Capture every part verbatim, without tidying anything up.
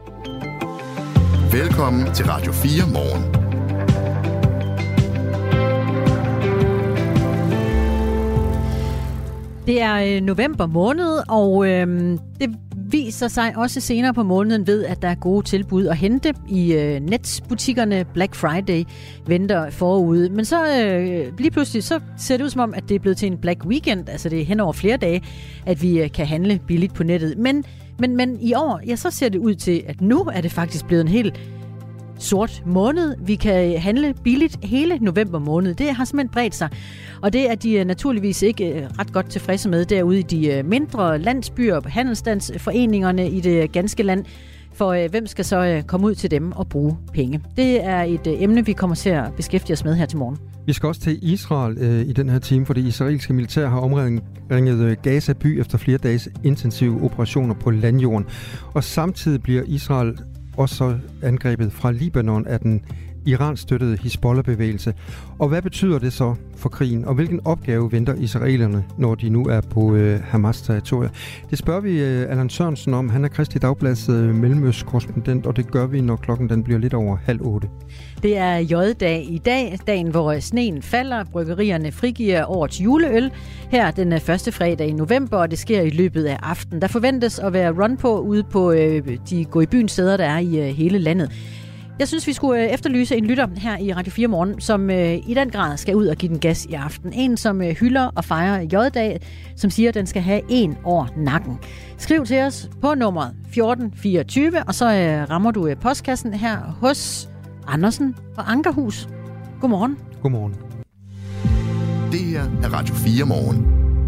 Velkommen til Radio fire Morgen. Det er november måned, og øhm, det viser sig også senere på måneden ved, at der er gode tilbud at hente i øh, netbutikkerne. Black Friday venter forude. Men så øh, lige pludselig så ser det ud som om, at det er blevet til en Black Weekend. Altså det er hen over flere dage, at vi øh, kan handle billigt på nettet. Men, men, men i år, ja, så ser det ud til, at nu er det faktisk blevet en helt sort måned. Vi kan handle billigt hele november måned. Det har simpelthen bredt sig. Og det er de naturligvis ikke ret godt tilfredse med derude i de mindre landsbyer, handelsstandsforeningerne i det ganske land. For hvem skal så komme ud til dem og bruge penge? Det er et emne, vi kommer til at beskæftige os med her til morgen. Vi skal også til Israel øh, i den her time, for det israelske militær har omringet Gaza by efter flere dages intensive operationer på landjorden. Og samtidig bliver Israel også angrebet fra Libanon af den Iran-støttede Hizbollah-bevægelse. Og hvad betyder det så for krigen, og hvilken opgave venter israelerne, når de nu er på øh, Hamas-territoriet? Det spørger vi øh, Allan Sørensen om. Han er Kristi Dagblads øh, mellemøstkorrespondent, og det gør vi, når klokken den bliver lidt over halv otte. Det er J-dag i dag, dagen hvor sneen falder, bryggerierne frigiver årets juleøl. Her den første fredag i november, og det sker i løbet af aftenen. Der forventes at være run på ude på øh, de gå i byen steder, der er i øh, hele landet. Jeg synes, vi skulle efterlyse en lytter her i Radio fire Morgen, som øh, i den grad skal ud og give den gas i aften. En, som øh, hylder og fejrer J-dag, som siger, at den skal have en over nakken. Skriv til os på nummeret fjorten fireogtyve, og så øh, rammer du øh, postkassen her hos Andersen og Ankerhus. Godmorgen. Godmorgen. Det her er Radio fire Morgen.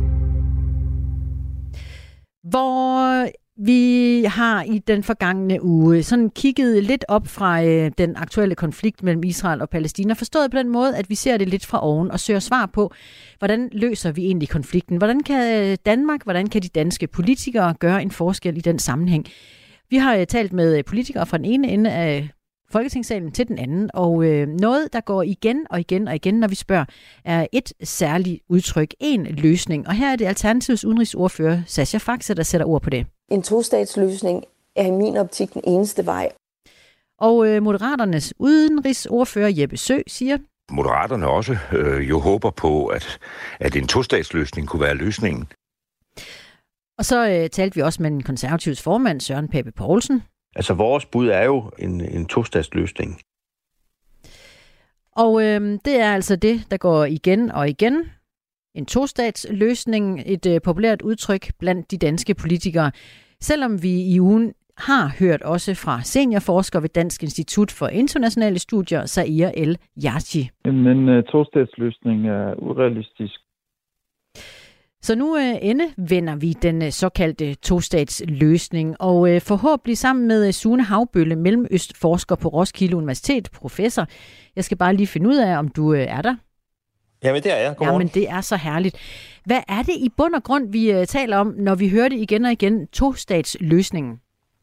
Hvor vi har i den forgangne uge sådan kigget lidt op fra øh, den aktuelle konflikt mellem Israel og Palæstina. Forstået på den måde, at vi ser det lidt fra oven og søger svar på, hvordan løser vi egentlig konflikten? Hvordan kan Danmark, hvordan kan de danske politikere gøre en forskel i den sammenhæng? Vi har øh, talt med politikere fra den ene ende af Folketingssalen til den anden, og øh, noget, der går igen og igen og igen, når vi spørger, er et særligt udtryk, en løsning. Og her er det Alternativets udenrigsordfører, Sascha Faxe, der sætter ord på det. En tostatsløsning er i min optik den eneste vej. Og øh, Moderaternes udenrigsordfører Jeppe Søe siger, Moderaterne også øh, jo håber på, at, at en tostatsløsning kunne være løsningen. Og så øh, talte vi også med den konservatives formand, Søren Pape Poulsen. Altså vores bud er jo en, en tostatsløsning. Og øh, det er altså det, der går igen og igen. En tostatsløsning, et øh, populært udtryk blandt de danske politikere. Selvom vi i ugen har hørt også fra seniorforsker ved Dansk Institut for Internationale Studier, Zair El Yachi. Men uh, tostatsløsning er urealistisk. Så nu øh, endevender vi den øh, såkaldte tostatsløsning, og øh, forhåbentlig sammen med øh, Sune Havbølle, mellemøstforsker på Roskilde Universitet, professor. Jeg skal bare lige finde ud af, om du øh, er der. Jamen det er jeg. Godmorgen. Jamen det er så herligt. Hvad er det i bund og grund, vi øh, taler om, når vi hører det igen og igen, tostatsløsningen?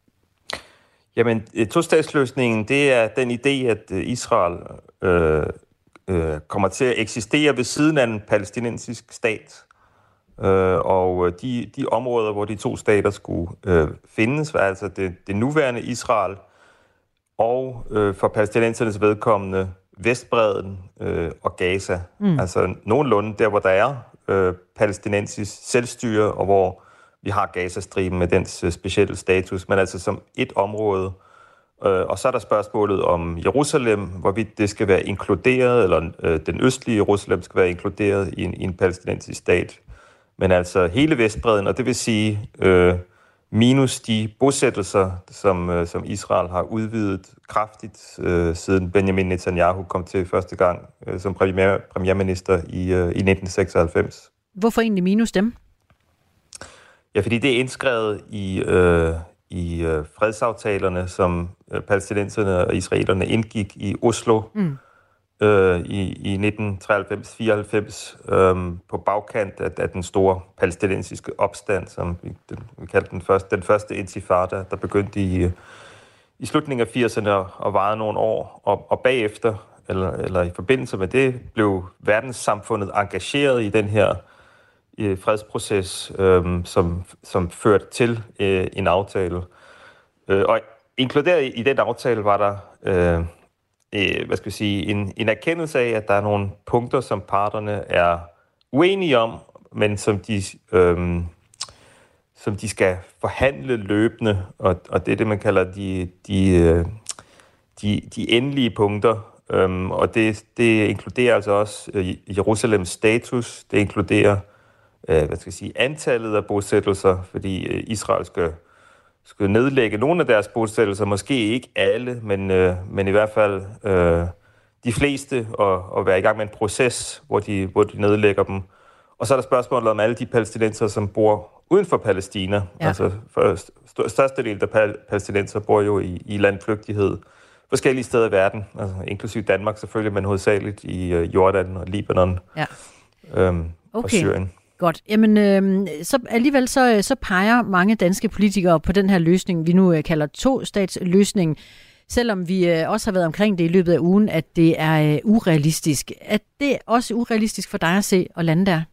Jamen tostatsløsningen, det er den idé, at Israel øh, øh, kommer til at eksistere ved siden af en palæstinensisk stat. Øh, og de, de områder, hvor de to stater skulle øh, findes, var altså det, det nuværende Israel og øh, for palæstinensernes vedkommende Vestbredden øh, og Gaza. Mm. Altså nogenlunde der, hvor der er øh, palæstinensisk selvstyre, og hvor vi har Gazastriben med dens øh, specielle status, men altså som et område. Øh, og så er der spørgsmålet om Jerusalem, hvorvidt det skal være inkluderet, eller øh, den østlige Jerusalem skal være inkluderet i en, i en palæstinensisk stat. Men altså hele Vestbredden, og det vil sige øh, minus de bosættelser, som, øh, som Israel har udvidet kraftigt, øh, siden Benjamin Netanyahu kom til første gang øh, som premier, premierminister i, øh, i nitten seksoghalvfems. Hvorfor egentlig minus dem? Ja, fordi det er indskrevet i, øh, i øh, fredsaftalerne, som øh, palæstinenserne og israelerne indgik i Oslo. Mm. I, i nitten treoghalvfems fireoghalvfems øhm, på bagkant af, af den store palæstinensiske opstand, som vi, den, vi kaldte den første, den første intifada, der begyndte i, i slutningen af firserne og varede nogle år. Og, og bagefter, eller, eller i forbindelse med det, blev verdenssamfundet engageret i den her i fredsproces, øhm, som, som førte til øh, en aftale. Øh, og inkluderet i den aftale var der øh, øh, hvad skal vi sige, en, en erkendelse af, at der er nogle punkter, som parterne er uenige om, men som de, øh, som de skal forhandle løbende, og, og det er det, man kalder de, de, øh, de, de endelige punkter. Um, og det, det inkluderer altså også uh, Jerusalems status, det inkluderer uh, hvad skal jeg sige, antallet af bosættelser, fordi uh, Israel skal, skal nedlægge nogle af deres bosættelser, måske ikke alle, men, uh, men i hvert fald uh, de fleste, og, og være i gang med en proces, hvor de, hvor de nedlægger dem. Og så er der spørgsmålet om alle de palæstinenser, som bor uden for Palæstina. Ja. Altså for st- størstedelen af pal- palæstinenser bor jo i, i landflygtighed forskellige steder i verden, altså inklusive Danmark selvfølgelig, men hovedsageligt i uh, Jordan og Libanon ja. øhm, okay. og Syrien. Godt. Jamen, øh, så alligevel så, så peger mange danske politikere på den her løsning, vi nu øh, kalder to-statsløsningen, selvom vi øh, også har været omkring det i løbet af ugen, at det er øh, urealistisk. Er det også urealistisk for dig at se og lande der?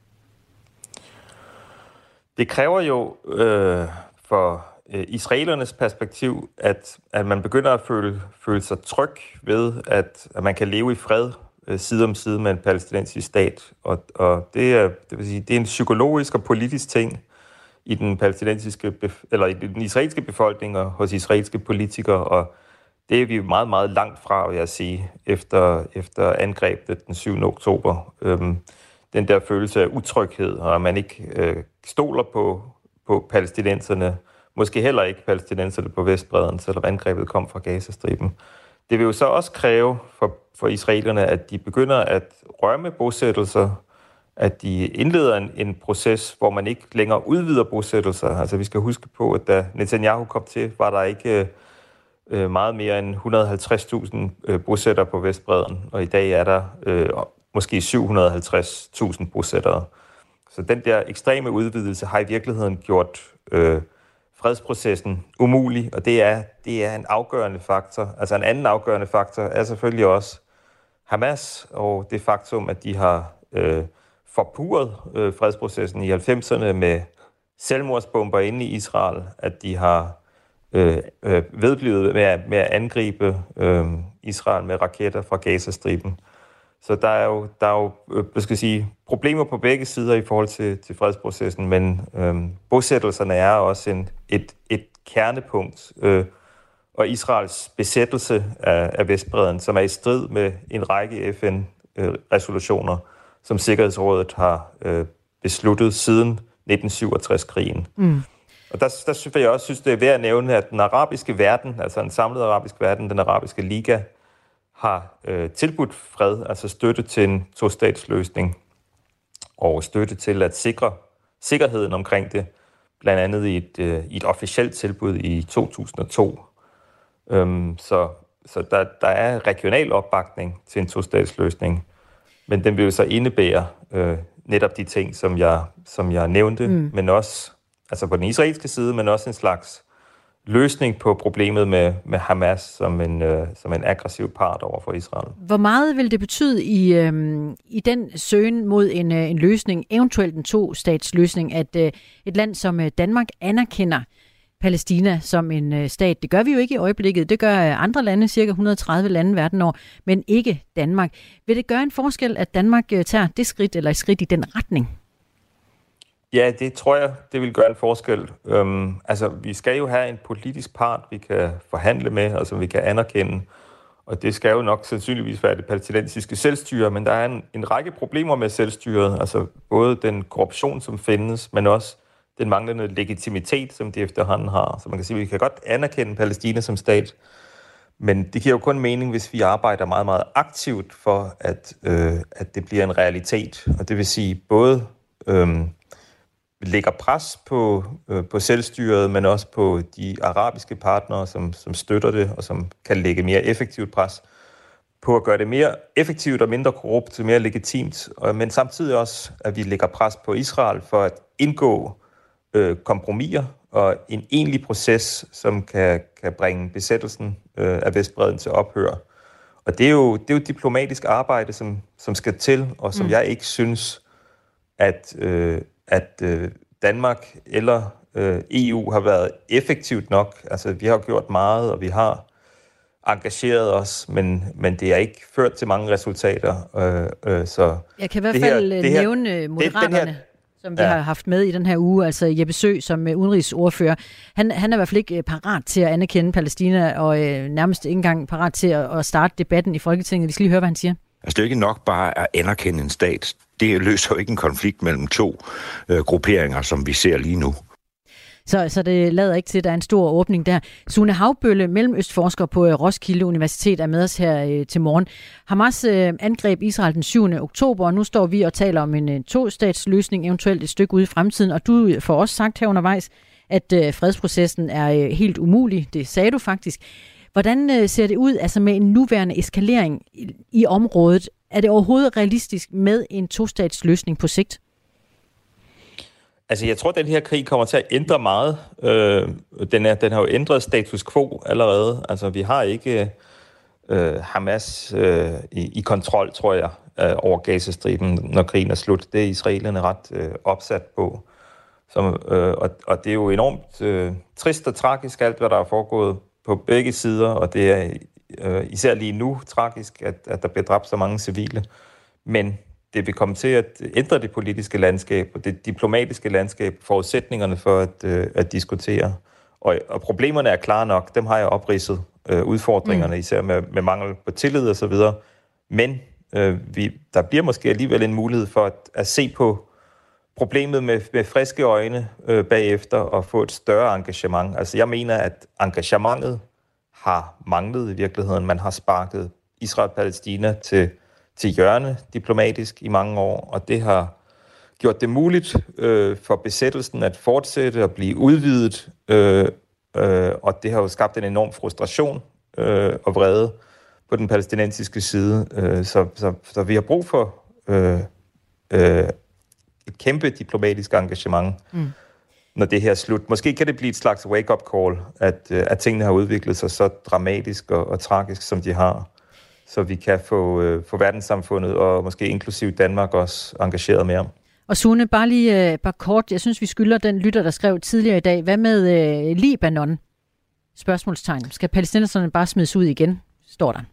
Det kræver jo øh, for israelernes perspektiv, at, at man begynder at føle, føle sig tryg ved, at, at man kan leve i fred øh, side om side med en palæstinensisk stat. Og, og det, er, det, vil sige, det er en psykologisk og politisk ting i den palæstinensiske, bef- eller i den israelske befolkning og hos israelske politikere, og det er vi meget, meget langt fra, vil jeg sige, efter, efter angrebet den syvende oktober. Øhm, den der følelse af utryghed, og at man ikke øh, stoler på, på palæstinenserne, måske heller ikke palæstinenserne på Vestbredden, selvom angrebet kom fra Gazastriben. Det vil jo så også kræve for, for israelerne, at de begynder at rømme bosættelser, at de indleder en, en proces, hvor man ikke længere udvider bosættelser. Altså vi skal huske på, at da Netanyahu kom til, var der ikke øh, meget mere end et hundrede og halvtreds tusind øh, bosættere på Vestbredden, og i dag er der øh, måske syv hundrede og halvtreds tusind bosættere. Så den der ekstreme udvidelse har i virkeligheden gjort øh, fredsprocessen umulig, og det er, det er en afgørende faktor. Altså en anden afgørende faktor er selvfølgelig også Hamas, og det faktum, at de har øh, forpurret øh, fredsprocessen i halvfemserne med selvmordsbomber inde i Israel, at de har øh, øh, vedblivet med at, med at angribe øh, Israel med raketter fra Gazastriben. Så der er jo, der er jo hvad skal jeg sige, problemer på begge sider i forhold til, til fredsprocessen, men øhm, bosættelserne er også en, et, et kernepunkt, øh, og Israels besættelse af, af Vestbredden, som er i strid med en række F N-resolutioner, øh, som Sikkerhedsrådet har øh, besluttet siden nitten syvogtres-krigen. Mm. Og der, der synes jeg også, synes, det er værd at nævne, at den arabiske verden, altså en samlet arabisk verden, den arabiske liga, har øh, tilbudt fred, altså støtte til en to-statsløsning og støtte til at sikre sikkerheden omkring det, blandt andet i et, øh, i et officielt tilbud i to tusind og to. Øhm, så så der, der er regional opbakning til en to-statsløsning, men den vil jo så indebære øh, netop de ting, som jeg, som jeg nævnte, mm. men også altså på den israelske side, men også en slags løsning på problemet med, med Hamas som en, øh, som en aggressiv part over for Israel. Hvor meget vil det betyde i, øh, i den søgen mod en, øh, en løsning, eventuelt en to-statsløsning, at øh, et land som øh, Danmark anerkender Palæstina som en øh, stat? Det gør vi jo ikke i øjeblikket. Det gør øh, andre lande, cirka et hundrede og tredive lande verden over, men ikke Danmark. Vil det gøre en forskel, at Danmark øh, tager det skridt eller et skridt i den retning? Ja, det tror jeg, det vil gøre en forskel. Øhm, altså, vi skal jo have en politisk part, vi kan forhandle med, og som vi kan anerkende. Og det skal jo nok sandsynligvis være det palæstinensiske selvstyre, men der er en, en række problemer med selvstyret. Altså både den korruption, som findes, men også den manglende legitimitet, som de efterhånden har. Så man kan sige, at vi kan godt anerkende Palæstina som stat, men det giver jo kun mening, hvis vi arbejder meget, meget aktivt for, at, øh, at det bliver en realitet. Og det vil sige både Øh, lægger pres på, øh, på selvstyret, men også på de arabiske partnere, som, som støtter det, og som kan lægge mere effektivt pres på at gøre det mere effektivt og mindre korrupt, mere legitimt, og, men samtidig også, at vi lægger pres på Israel for at indgå øh, kompromiser og en egentlig proces, som kan, kan bringe besættelsen øh, af Vestbredden til ophør. Og det er jo, det er jo diplomatisk arbejde, som, som skal til, og som mm. jeg ikke synes, at, øh, at øh, Danmark eller øh, E U har været effektivt nok. Altså, vi har gjort meget, og vi har engageret os, men, men det er ikke ført til mange resultater. Øh, øh, så Jeg kan i hvert fald her, nævne her, Moderaterne, her, som vi ja. har haft med i den her uge, altså Jeppe Søe som uh, udenrigsordfører. Han, han er i hvert fald ikke parat til at anerkende Palæstina, og uh, nærmest ikke engang parat til at, at starte debatten i Folketinget. Vi skal lige høre, hvad han siger. Altså, det er jo ikke nok bare at anerkende en stat. Det løser jo ikke en konflikt mellem to øh, grupperinger, som vi ser lige nu. Så, så det lader ikke til, at der er en stor åbning der. Sune Havbølle, mellemøstforsker på Roskilde Universitet, er med os her øh, til morgen. Hamas øh, angreb Israel den syvende oktober, og nu står vi og taler om en øh, to-statsløsning, eventuelt et stykke ude i fremtiden. Og du får også sagt her undervejs, at øh, fredsprocessen er øh, helt umulig. Det sagde du faktisk. Hvordan øh, ser det ud altså med en nuværende eskalering i, i området? Er det overhovedet realistisk med en to-statsløsning på sigt? Altså, jeg tror, at den her krig kommer til at ændre meget. Øh, den, er, den har jo ændret status quo allerede. Altså, vi har ikke øh, Hamas øh, i, i kontrol, tror jeg, øh, over Gazastriben, når krigen er slut. Det er israelerne ret øh, opsat på. Som, øh, og, og det er jo enormt øh, trist og tragisk, alt hvad der er foregået på begge sider, og det er øh, især lige nu tragisk, at, at der bliver dræbt så mange civile. Men det vil komme til at ændre det politiske landskab og det diplomatiske landskab, forudsætningerne for at, øh, at diskutere. Og, og problemerne er klare nok, dem har jeg opridset, øh, udfordringerne, mm. især med, med mangel på tillid og så videre. Men øh, vi, der bliver måske alligevel en mulighed for at, at se på problemet med, med friske øjne øh, bagefter og få et større engagement. Altså jeg mener, at engagementet har manglet i virkeligheden. Man har sparket Israel-Palæstina til til hjørne diplomatisk i mange år, og det har gjort det muligt øh, for besættelsen at fortsætte og blive udvidet, øh, øh, og det har jo skabt en enorm frustration øh, og vrede på den palæstinensiske side. Øh, så, så, så vi har brug for øh, øh, et kæmpe diplomatisk engagement, mm. når det her er slut. Måske kan det blive et slags wake-up call, at, at tingene har udviklet sig så dramatisk og, og tragisk, som de har, så vi kan få, øh, få verdenssamfundet og måske inklusiv Danmark også engageret mere. Og Sune, bare lige øh, bare kort, jeg synes, vi skylder den lytter, der skrev tidligere i dag. Hvad med øh, Libanon? Spørgsmålstegn. Skal palæstinenserne bare smides ud igen, står der?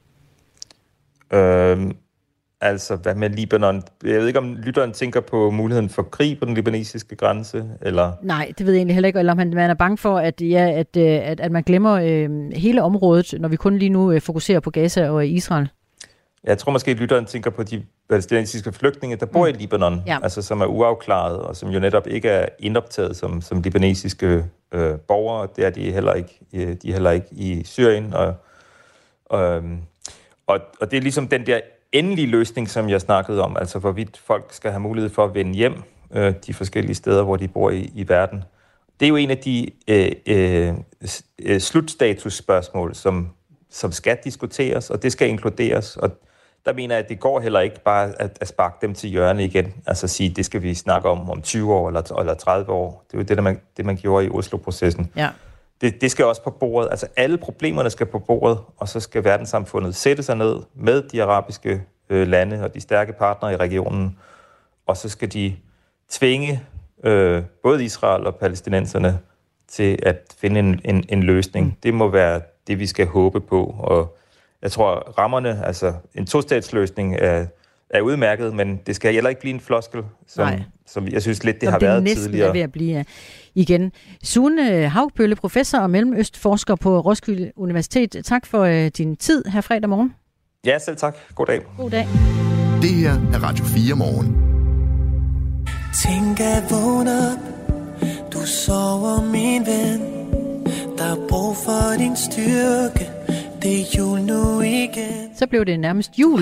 Øhm, altså, hvad med Libanon? Jeg ved ikke, om lytteren tænker på muligheden for krig på den libanesiske grænse, eller? Nej, det ved jeg egentlig heller ikke, eller om man er bange for, at, ja, at, at, at man glemmer øh, hele området, når vi kun lige nu øh, fokuserer på Gaza og Israel. Jeg tror måske, at lytteren tænker på de palæstinensiske flygtninge, der bor mm. i Libanon, ja. altså som er uafklaret, og som jo netop ikke er indoptaget som, som libanesiske øh, borgere. Det er de heller ikke, de er heller ikke i Syrien. Og, og, og, og det er ligesom den der endelige løsning, som jeg snakkede om, altså hvorvidt folk skal have mulighed for at vende hjem øh, de forskellige steder, hvor de bor i, i verden. Det er jo en af de øh, øh, slutstatusspørgsmål, som, som skal diskuteres, og det skal inkluderes. Og der mener jeg, at det går heller ikke bare at, at sparke dem til hjørne igen. Altså at sige, det skal vi snakke om om tyve år eller, eller tredive år. Det er jo det, der man, det, man gjorde i Oslo-processen. Ja. Det, det skal også på bordet. Altså alle problemerne skal på bordet, og så skal verdenssamfundet sætte sig ned med de arabiske øh, lande og de stærke partnere i regionen, og så skal de tvinge øh, både Israel og palæstinenserne til at finde en, en, en løsning. Mm. Det må være det, vi skal håbe på, og jeg tror, rammerne, altså en tostatsløsning er, er udmærket, men det skal heller ikke blive en floskel, som, som jeg synes lidt, det som har det været tidligere. Det er ved at blive igen. Sune Havbølle, professor og mellemøstforsker på Roskilde Universitet. Tak for uh, din tid her fredag morgen. Ja, selv tak. God dag. God dag. Det her er Radio fire morgen. Tænk at vågne op, du sover min ven. Der er brug for din styrke. Det er jul nu igen. Så blev det nærmest jul.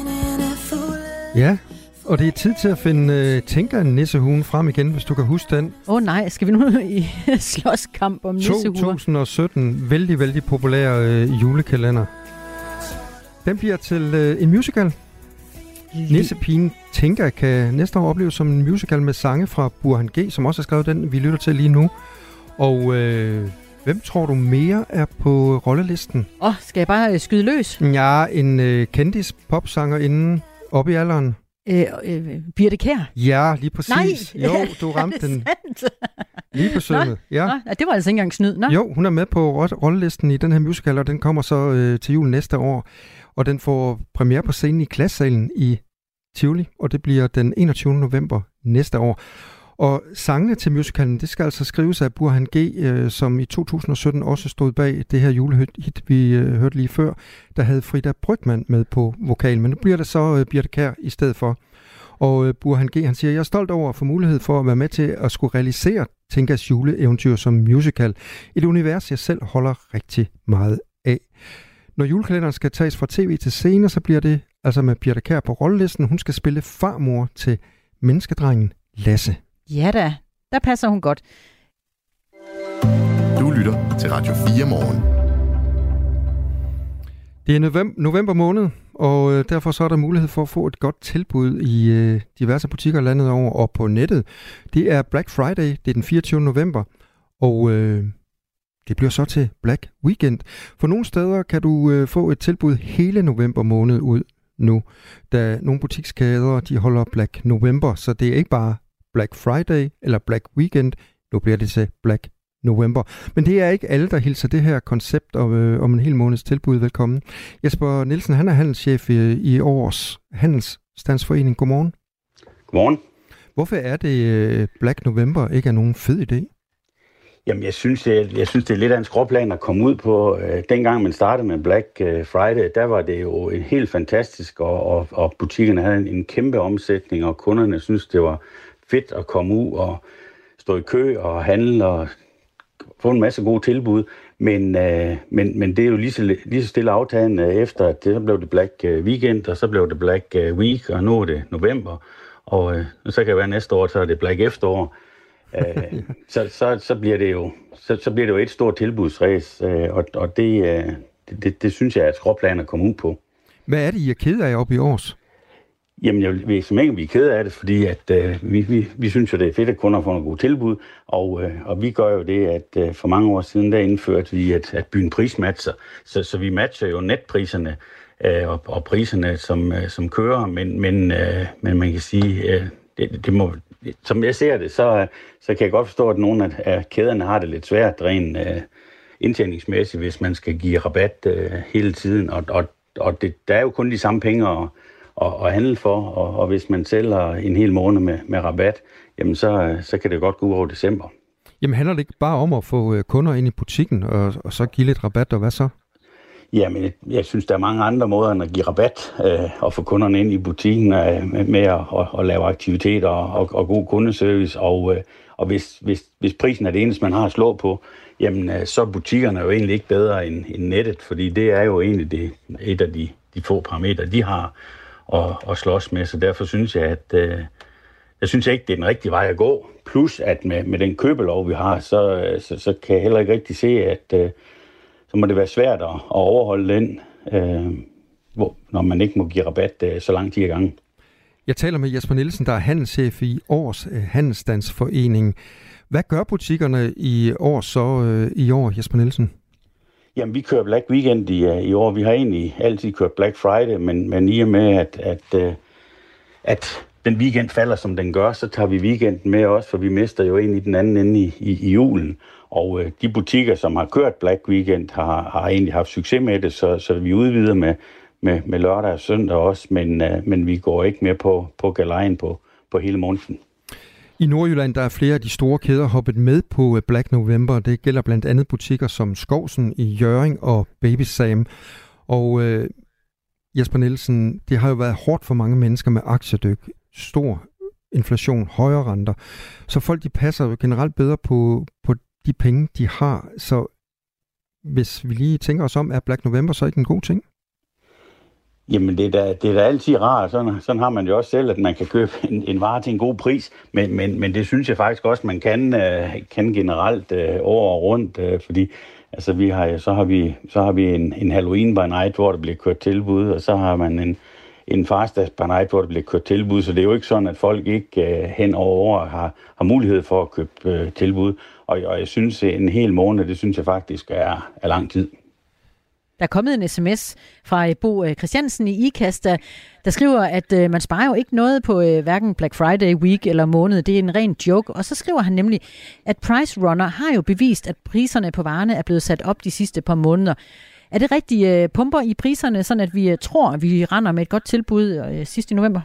Ja, og det er tid til at finde uh, Tænker-nissehuen frem igen, hvis du kan huske den. Åh oh, nej, skal vi nu i slåskamp om nissehuer? to tusind og sytten, vældig, vældig populær uh, julekalender. Den bliver til uh, en musical. Nissepigen Tænker kan næste år opleves som en musical med sange fra Burhan G, som også har skrevet den, vi lytter til lige nu. Og uh, hvem tror du mere er på rollelisten? Åh, oh, skal jeg bare uh, skyde løs? Ja, en uh, kendis popsanger inden op i alderen. Øh, øh, Birthe Kjær? Ja, lige præcis. Nej. Jo, du ramte den lige på sømmet. Ja. Nå, det var altså ikke engang snyd. Nå. Jo, hun er med på rollelisten i den her musical, og den kommer så øh, til jul næste år. Og den får premiere på scenen i Glassalen i Tivoli, og det bliver den enogtyvende november næste år. Og sangene til musicalen, det skal altså skrives af Burhan G., øh, som i to tusind og sytten også stod bag det her julehit, vi øh, hørte lige før, der havde Frida Brygmann med på vokal. Men nu bliver det så øh, Birthe Kjær i stedet for. Og øh, Burhan G., han siger, jeg er stolt over at få mulighed for at være med til at skulle realisere Tinkas juleeventyr som musical. Et univers, jeg selv holder rigtig meget af. Når julekalenderen skal tages fra tv til scene, så bliver det altså med Birthe Kjær på rollelisten. Hun skal spille farmor til menneskedrengen Lasse. Ja da, der passer hun godt. Du lytter til Radio fire Morgen. Det er november, november måned, og øh, derfor så er der mulighed for at få et godt tilbud i øh, diverse butikker landet over og på nettet. Det er Black Friday, det er den fireogtyvende november, og øh, det bliver så til Black Weekend. For nogle steder kan du øh, få et tilbud hele november måned ud nu, da nogle butikskæder de holder Black November, så det er ikke bare Black Friday eller Black Weekend, nu bliver det til Black November. Men det er ikke alle, der hilser det her koncept om, øh, om en hel måneds tilbud velkommen. Jesper Nielsen, han er handelschef i, i Års Handelsstandsforening. Godmorgen. Godmorgen. Hvorfor er det øh, Black November ikke er nogen fed idé? Jamen, jeg synes, jeg, jeg synes, det er lidt af en skråplan at komme ud på. Øh, dengang man startede med Black Friday, der var det jo en helt fantastisk, og, og, og butikkerne havde en, en kæmpe omsætning, og kunderne synes det var fedt at komme ud og stå i kø og handle og få en masse gode tilbud. Men, øh, men, men det er jo lige så, lige så stille aftagende efter, at det, så blev det Black Weekend, og så blev det Black Week, og nu er det november. Og øh, så kan det være næste år, så er det Black Efterår. øh, så, så, så, bliver det jo, så, så bliver det jo et stort tilbudsræs, øh, og, og det, øh, det, det, det synes jeg er et skråplan at komme ud på. Hvad er det, I er ked af oppe i Års? Jamen, jeg vil som ikke blive ked af det, fordi at, øh, vi, vi, vi synes jo, det er fedt, at kunder får nogle gode tilbud, og, øh, og vi gør jo det, at øh, for mange år siden, der indførte vi, at, at byen prismatcher, så, så vi matcher jo netpriserne øh, og, og priserne, som, øh, som kører, men, men, øh, men man kan sige, øh, det, det må, som jeg ser det, så, så kan jeg godt forstå, at nogle af, af kæderne har det lidt svært rent øh, indtjeningsmæssigt, hvis man skal give rabat øh, hele tiden, og, og, og det, der er jo kun de samme penge at Og, og handle for, og, og hvis man sælger en hel måned med, med rabat, jamen så, så kan det godt gå ud over december. Jamen handler det ikke bare om at få kunder ind i butikken, og, og så give lidt rabat, og hvad så? Jamen, jeg, jeg synes, der er mange andre måder end at give rabat, øh, og få kunderne ind i butikken øh, med, med at, at, at lave aktiviteter og, og, og god kundeservice, og, øh, og hvis, hvis, hvis prisen er det eneste, man har at slå på, jamen øh, så er butikkerne jo egentlig ikke bedre end, end nettet, fordi det er jo egentlig det, et af de, de få parametre, de har Og, og slås med, så derfor synes jeg, at øh, jeg synes ikke, det er den rigtige vej at gå. Plus, at med, med den købelov, vi har, så, så, så kan jeg heller ikke rigtig se, at øh, så må det være svært at, at overholde den, øh, hvor, når man ikke må give rabat øh, så lang tid i gang. Jeg taler med Jesper Nielsen, der er handelschef i Års øh, Handelsstandsforening. Hvad gør butikkerne i år så øh, i år, Jesper Nielsen? Jamen, vi kører Black Weekend i, i år. Vi har egentlig altid kørt Black Friday, men, men i og med, at, at, at den weekend falder, som den gør, så tager vi weekenden med også, for vi mister jo egentlig den anden ende i, i, i julen. Og øh, de butikker, som har kørt Black Weekend, har, har egentlig haft succes med det, så, så vi udvider med, med, med lørdag og søndag også, men, øh, men vi går ikke med på, på galejen på, på hele måneden. I Nordjylland der er flere af de store kæder hoppet med på Black November. Det gælder blandt andet butikker som Skovsen i Hjørring og Baby Sam. Og øh, Jesper Nielsen, det har jo været hårdt for mange mennesker med aktiedyk. Stor inflation, højere renter. Så folk de passer jo generelt bedre på, på de penge, de har. Så hvis vi lige tænker os om, er Black November så ikke en god ting? Jamen, det er da, det er da altid rart. Sådan, sådan har man jo også selv, at man kan købe en, en vare til en god pris. Men, men, men det synes jeg faktisk også, man kan, øh, kan generelt øh, over og rundt. Øh, fordi altså, vi har, så har vi, så har vi en, en Halloween by night, hvor der bliver kørt tilbud. Og så har man en, en Farsdags by night, hvor der bliver kørt tilbud. Så det er jo ikke sådan, at folk ikke øh, hen over har, har mulighed for at købe øh, tilbud. Og, og jeg synes, en hel måned, det synes jeg faktisk er, er lang tid. Der er kommet en sms fra Bo Christiansen i IKAST, der, der skriver, at øh, man sparer jo ikke noget på øh, hverken Black Friday week eller måned. Det er en ren joke. Og så skriver han nemlig, at Price Runner har jo bevist, at priserne på varerne er blevet sat op de sidste par måneder. Er det rigtige øh, pumper i priserne, sådan at vi øh, tror, at vi render med et godt tilbud øh, sidst i november?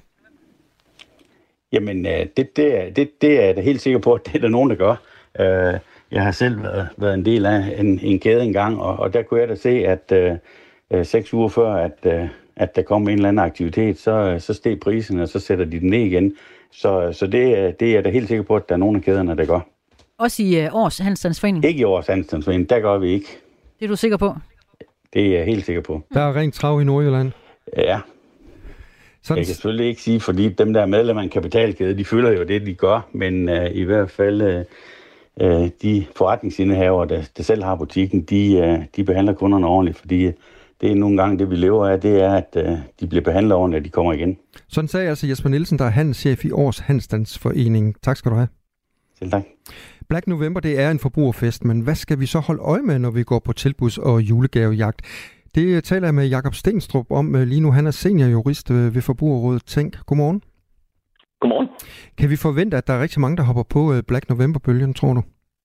Jamen, det, det, er, det, det er jeg da helt sikker på, at det er der nogen, der gør. Jeg har selv været, været en del af en, en kæde engang, og, og der kunne jeg da se, at øh, seks uger før, at, øh, at der kom en eller anden aktivitet, så, så steg prisen, og så sætter de den ned igen. Så, så det, det er jeg da helt sikker på, at der er nogen af kæderne, der gør. Også i øh, Års Handelsstandsforening? Ikke i Års Handelsstandsforening, der gør vi ikke. Det er du sikker på? Det er jeg helt sikker på. Der er rent trav i Nordjylland? Ja. Sådan. Jeg kan selvfølgelig ikke sige, fordi dem, der er medlemmer af en kapitalkæde, de føler jo det, de gør, men øh, i hvert fald øh, de forretningsindehavere, der, der selv har butikken, de, øh, de behandler kunderne ordentligt, fordi det er nogle gange det, vi lever af, det er, at øh, de bliver behandlet ordentligt, at de kommer igen. Sådan sagde altså Jesper Nielsen, der er handelschef i Års Handelsstandsforening. Tak skal du have. Selv tak. Black November, det er en forbrugerfest, men hvad skal vi så holde øje med, når vi går på tilbuds- og julegavejagt? Det taler jeg med Jakob Stenstrup om lige nu. Han er seniorjurist ved Forbrugerrådet Tænk. Godmorgen. Godmorgen. Kan vi forvente, at der er rigtig mange, der hopper på Black November-bølgen, tror du?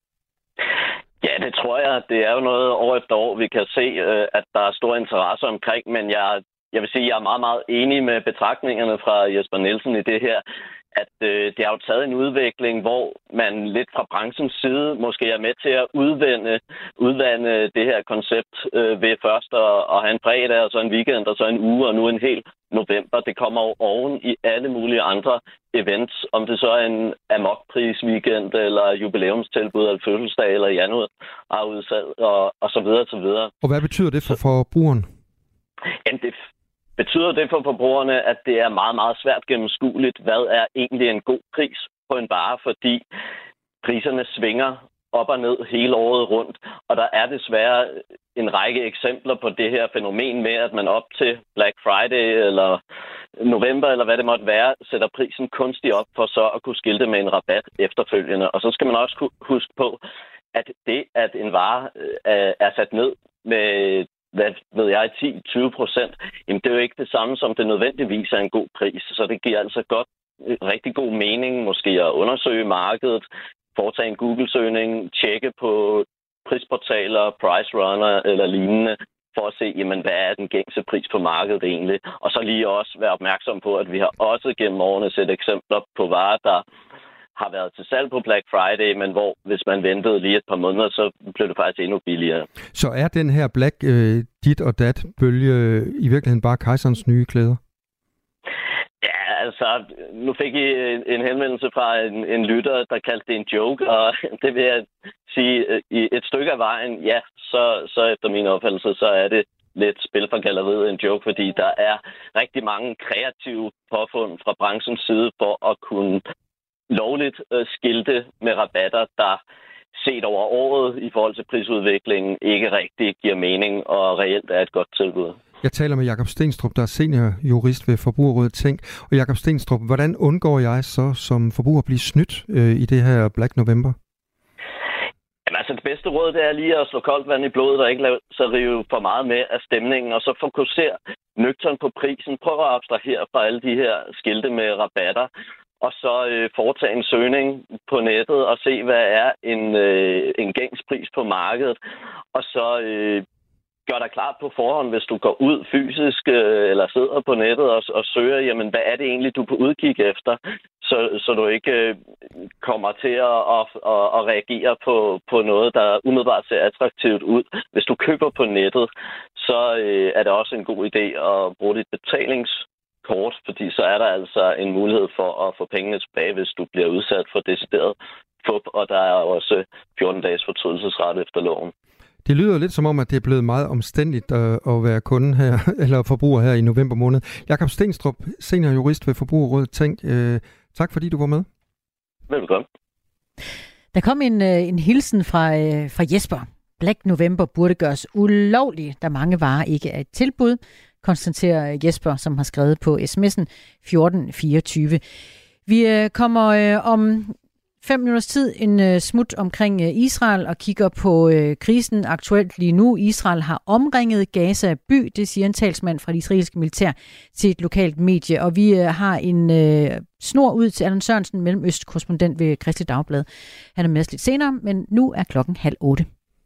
Ja, det tror jeg. Det er jo noget år efter år, vi kan se, at der er stor interesse omkring, men jeg, jeg vil sige, at jeg er meget, meget enig med betragtningerne fra Jesper Nielsen i det her, at øh, det har jo taget en udvikling, hvor man lidt fra branchens side måske er med til at udvande, udvande det her koncept øh, ved først at, at have en fredag, og så en weekend, og så en uge, og nu en hel november. Det kommer jo oven i alle mulige andre events, om det så er en amokpris-weekend, eller jubilæumstilbud, eller fødselsdag, eller januar, og udsalg, og, og så videre, og så videre. Og hvad betyder det for forbrugeren? Jamen, det betyder det for forbrugerne, at det er meget, meget svært gennemskueligt, hvad er egentlig en god pris på en vare, fordi priserne svinger op og ned hele året rundt, og der er desværre en række eksempler på det her fænomen med, at man op til Black Friday eller november, eller hvad det måtte være, sætter prisen kunstigt op for så at kunne skilte med en rabat efterfølgende. Og så skal man også huske på, at det, at en vare er sat ned med hvad ved jeg, ti til tyve procent, jamen det er jo ikke det samme, som det nødvendigvis er en god pris. Så det giver altså godt, rigtig god mening måske at undersøge markedet, foretage en Google-søgning, tjekke på prisportaler, Price Runner eller lignende, for at se, jamen, hvad er den gængse pris på markedet egentlig. Og så lige også være opmærksom på, at vi har også gennem årene set eksempler på varer, der har været til salg på Black Friday, men hvor hvis man ventede lige et par måneder, så blev det faktisk endnu billigere. Så er den her Black øh, dit og dat bølge i virkeligheden bare kejserens nye klæder? Ja, altså, nu fik I en henvendelse fra en, en lytter, der kaldte det en joke, og det vil jeg sige, i et stykke af vejen, ja, så, så efter min opfattelse, så er det lidt spil for galleriet en joke, fordi der er rigtig mange kreative påfund fra branchens side for at kunne lovligt øh, skilte med rabatter, der set over året i forhold til prisudviklingen ikke rigtig giver mening og reelt er et godt tilbud. Jeg taler med Jakob Stenstrup, der er seniorjurist ved Forbrugerrådet Tænk. Og Jakob Stenstrup, hvordan undgår jeg så som forbruger at blive snydt øh, i det her Black November? Jamen altså det bedste råd, det er lige at slå koldt vand i blodet og ikke lade sig rive for meget med af stemningen, og så fokusere nøgtern på prisen. Prøv at abstrahere fra alle de her skilte med rabatter, og så øh, foretage en søgning på nettet og se, hvad er en, øh, en gængs pris på markedet. Og så øh, gør dig klart på forhånd, hvis du går ud fysisk øh, eller sidder på nettet og, og søger, jamen hvad er det egentlig, du er på udkig efter, så, så du ikke øh, kommer til at, at, at, at reagere på, på noget, der umiddelbart ser attraktivt ud. Hvis du køber på nettet, så øh, er det også en god idé at bruge dit betalings kort, fordi så er der altså en mulighed for at få pengene tilbage, hvis du bliver udsat for decideret fup, og der er også fjorten dages fortrydelsesret efter loven. Det lyder lidt som om, at det er blevet meget omstændigt at, at være kunde her, eller forbruger her i november måned. Jakob Stenstrup, seniorjurist ved Forbrugerrådet Tænk. Øh, tak fordi du var med. Velkommen. Der kom en, en hilsen fra, fra Jesper. Black November burde gøres ulovlig, da mange varer ikke er et tilbud, konstaterer Jesper, som har skrevet på sms'en fjorten fireogtyve. Vi kommer øh, om fem minutters tid en uh, smut omkring uh, Israel og kigger på uh, krisen aktuelt lige nu. Israel har omringet Gaza by, det siger en talsmand fra det israelske militær til et lokalt medie. Og vi uh, har en uh, snor ud til Allan Sørensen, mellemøstkorrespondent ved Kristeligt Dagblad. Han er med os lidt senere, men nu er klokken halv otte.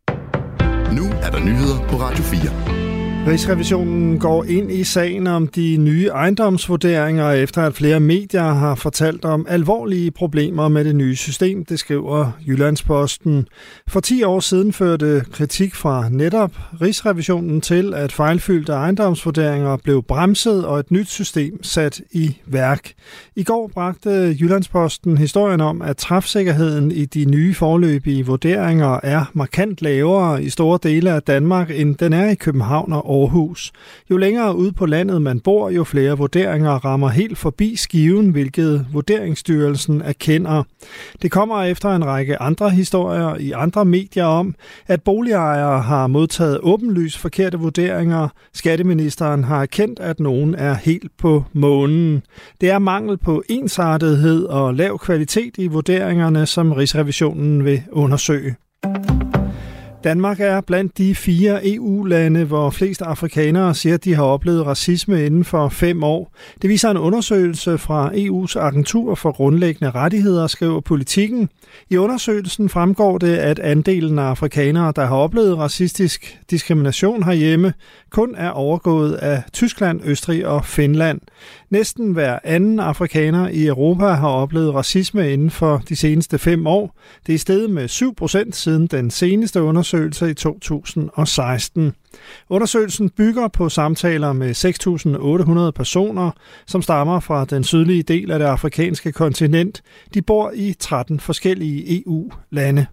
Nu er der nyheder på Radio fire. Rigsrevisionen går ind i sagen om de nye ejendomsvurderinger, efter at flere medier har fortalt om alvorlige problemer med det nye system, det skriver Jyllandsposten. For ti år siden førte kritik fra netop Rigsrevisionen til, at fejlfyldte ejendomsvurderinger blev bremset og et nyt system sat i værk. I går bragte Jyllandsposten historien om, at træfsikkerheden i de nye foreløbige vurderinger er markant lavere i store dele af Danmark, end den er i København og Aarhus. Jo længere ude på landet man bor, jo flere vurderinger rammer helt forbi skiven, hvilket Vurderingsstyrelsen erkender. Det kommer efter en række andre historier i andre medier om, at boligejere har modtaget åbenlys forkerte vurderinger. Skatteministeren har erkendt, at nogen er helt på månen. Det er mangel på ensartethed og lav kvalitet i vurderingerne, som Rigsrevisionen vil undersøge. Danmark er blandt de fire E U-lande, hvor flest afrikanere siger, at de har oplevet racisme inden for fem år. Det viser en undersøgelse fra E U's Agentur for Grundlæggende Rettigheder, skriver Politikken. I undersøgelsen fremgår det, at andelen af afrikanere, der har oplevet racistisk diskrimination herhjemme, kun er overgået af Tyskland, Østrig og Finland. Næsten hver anden afrikaner i Europa har oplevet racisme inden for de seneste fem år. Det er steget med syv procent siden den seneste undersøgelse i to tusind og seksten. Undersøgelsen bygger på samtaler med seks tusind otte hundrede personer, som stammer fra den sydlige del af det afrikanske kontinent. De bor i tretten forskellige E U-lande.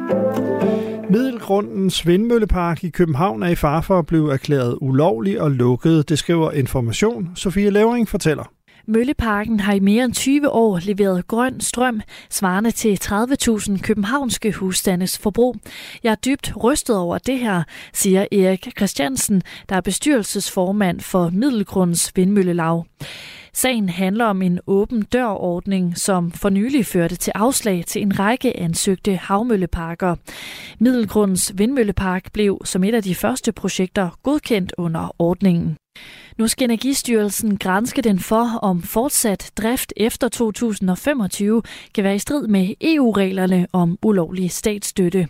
Middelgrundens vindmøllepark i København er i fare for at blive erklæret ulovlig og lukket, det skriver Information. Sofie Levering fortæller. Mølleparken har i mere end tyve år leveret grøn strøm, svarende til tredive tusind københavnske husstandes forbrug. Jeg er dybt rystet over det her, siger Erik Christiansen, der er bestyrelsesformand for Middelgrundens Vindmøllelaug. Sagen handler om en åben dørordning, som for nylig førte til afslag til en række ansøgte havmølleparker. Middelgrundens Vindmøllepark blev som et af de første projekter godkendt under ordningen. Nu skal Energistyrelsen granske den for, om fortsat drift efter to tusind og femogtyve kan være i strid med E U-reglerne om ulovlig statsstøtte.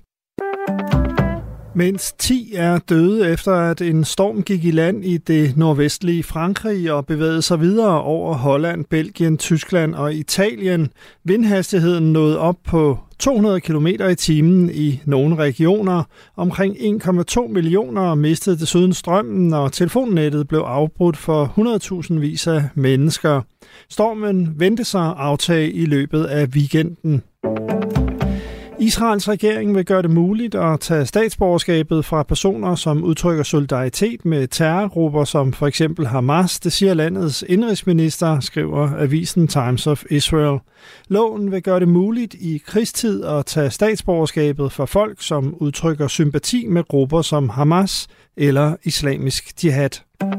Mindst ti er døde efter, at en storm gik i land i det nordvestlige Frankrig og bevægede sig videre over Holland, Belgien, Tyskland og Italien. Vindhastigheden nåede op på to hundrede kilometer i timen i nogle regioner. Omkring en komma to millioner mistede desuden strømmen, og telefonnettet blev afbrudt for hundrede tusind vis af mennesker. Stormen vendte sig aftage i løbet af weekenden. Israels regering vil gøre det muligt at tage statsborgerskabet fra personer, som udtrykker solidaritet med terrorgrupper som for eksempel Hamas. Det siger landets indrigsminister, skriver avisen Times of Israel. Loven vil gøre det muligt i krigstid at tage statsborgerskabet fra folk, som udtrykker sympati med grupper som Hamas eller Islamisk Jihad.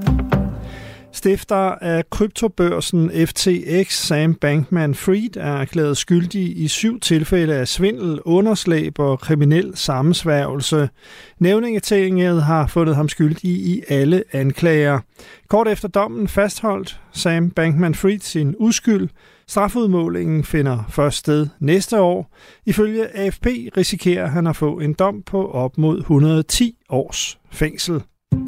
Stifter af kryptobørsen F T X, Sam Bankman-Fried, er erklæret skyldig i syv tilfælde af svindel, underslæb og kriminel sammensværgelse. Nævningetinget har fundet ham skyldig i alle anklager. Kort efter dommen fastholdt Sam Bankman-Fried sin uskyld. Strafudmålingen finder først sted næste år. Ifølge A F P risikerer han at få en dom på op mod et hundrede og ti års fængsel.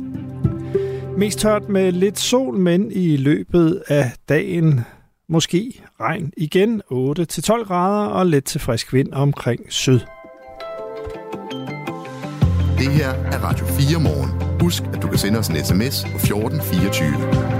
Mest tørt med lidt sol, men i løbet af dagen måske regn igen, otte til tolv grader og let til frisk vind omkring syd. Det her er Radio fire morgen. Husk, at du kan sende os en sms på fjorten fireogtyve.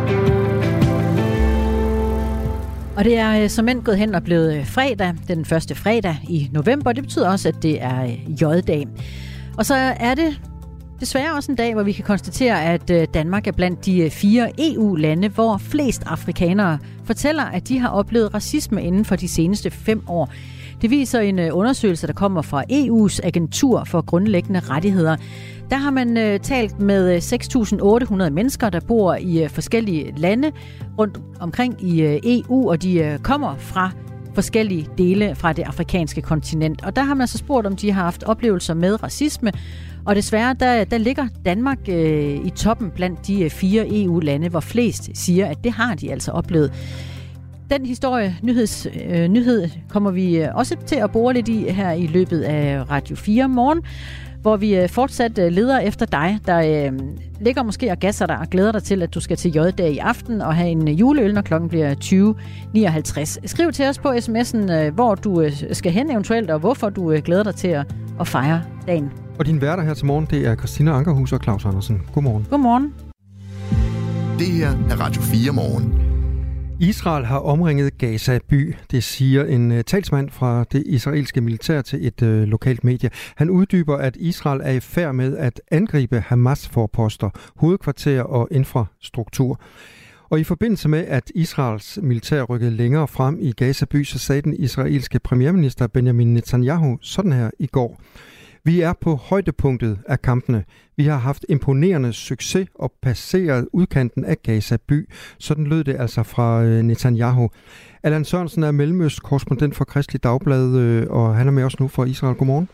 Og det er som end gået hen og blevet fredag, den første fredag i november. Det betyder også, at det er J-dag. Og så er det desværre også en dag, hvor vi kan konstatere, at Danmark er blandt de fire E U-lande, hvor flest afrikanere fortæller, at de har oplevet racisme inden for de seneste fem år. Det viser en undersøgelse, der kommer fra E U's Agentur for Grundlæggende Rettigheder. Der har man øh, talt med seks tusind otte hundrede mennesker, der bor i øh, forskellige lande rundt omkring i øh, E U, og de øh, kommer fra forskellige dele fra det afrikanske kontinent. Og der har man så spurgt, om de har haft oplevelser med racisme. Og desværre, der, der ligger Danmark øh, i toppen blandt de fire E U-lande, hvor flest siger, at det har de altså oplevet. Den historie, nyheds, øh, nyhed, kommer vi også til at bore lidt i her i løbet af Radio fire morgen, hvor vi fortsat leder efter dig, der øh, ligger måske og gasser dig og glæder dig til, at du skal til J-dag i aften og have en juleøl, når klokken bliver tyve nioghalvtreds. Skriv til os på sms'en, øh, hvor du øh, skal hen eventuelt, og hvorfor du øh, glæder dig til at, at fejre dagen. Og din værter her til morgen, det er Christina Ankerhus og Claus Andersen. Godmorgen. Godmorgen. Det her er Radio fire morgen. Israel har omringet Gaza by, det siger en uh, talsmand fra det israelske militær til et uh, lokalt medie. Han uddyber, at Israel er i færd med at angribe Hamas-forposter, hovedkvarterer og infrastruktur. Og i forbindelse med, at Israels militær rykkede længere frem i Gaza by, så sagde den israelske premierminister Benjamin Netanyahu sådan her i går. Vi er på højdepunktet af kampene. Vi har haft imponerende succes og passeret udkanten af Gaza by. Sådan lød det altså fra Netanyahu. Allan Sørensen er mellemøstkorrespondent for Kristelig Dagblad, og han er med os nu fra Israel. Godmorgen.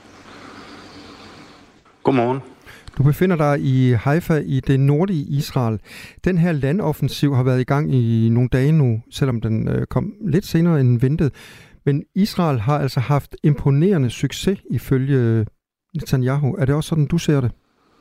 Godmorgen. Du befinder dig i Haifa i det nordlige Israel. Den her landoffensiv har været i gang i nogle dage nu, selvom den kom lidt senere end ventet. Men Israel har altså haft imponerende succes ifølge Netanyahu. Er det også sådan, du ser det?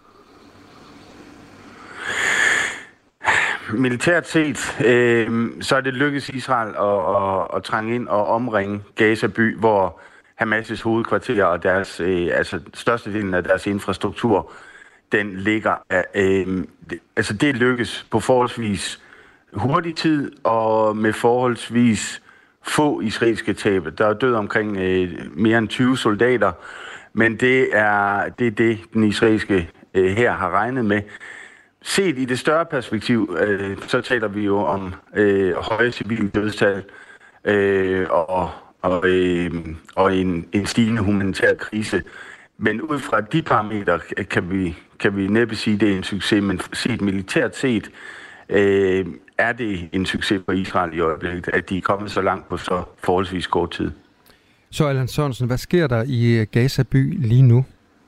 Militært set, øh, så er det lykkedes Israel at, at, at trænge ind og omringe Gaza by, hvor Hamas' hovedkvarter og deres, øh, altså størstedelen af deres infrastruktur, den ligger. Øh, det, altså det lykkes på forholdsvis hurtig tid og med forholdsvis få israelske tab. Der er død omkring øh, mere end tyve soldater, men det er det, er det den israelske øh, hær har regnet med. Set i det større perspektiv, øh, så taler vi jo om øh, høje civile dødstal øh, og, og, øh, og en, en stigende humanitær krise. Men ud fra de parametre kan vi, kan vi næppe sige, at det er en succes, men set militært set, øh, er det en succes for Israel i øjeblikket, at de er kommet så langt på så forholdsvis kort tid. Så Allan Sørensen, hvad sker der i Gaza by lige nu?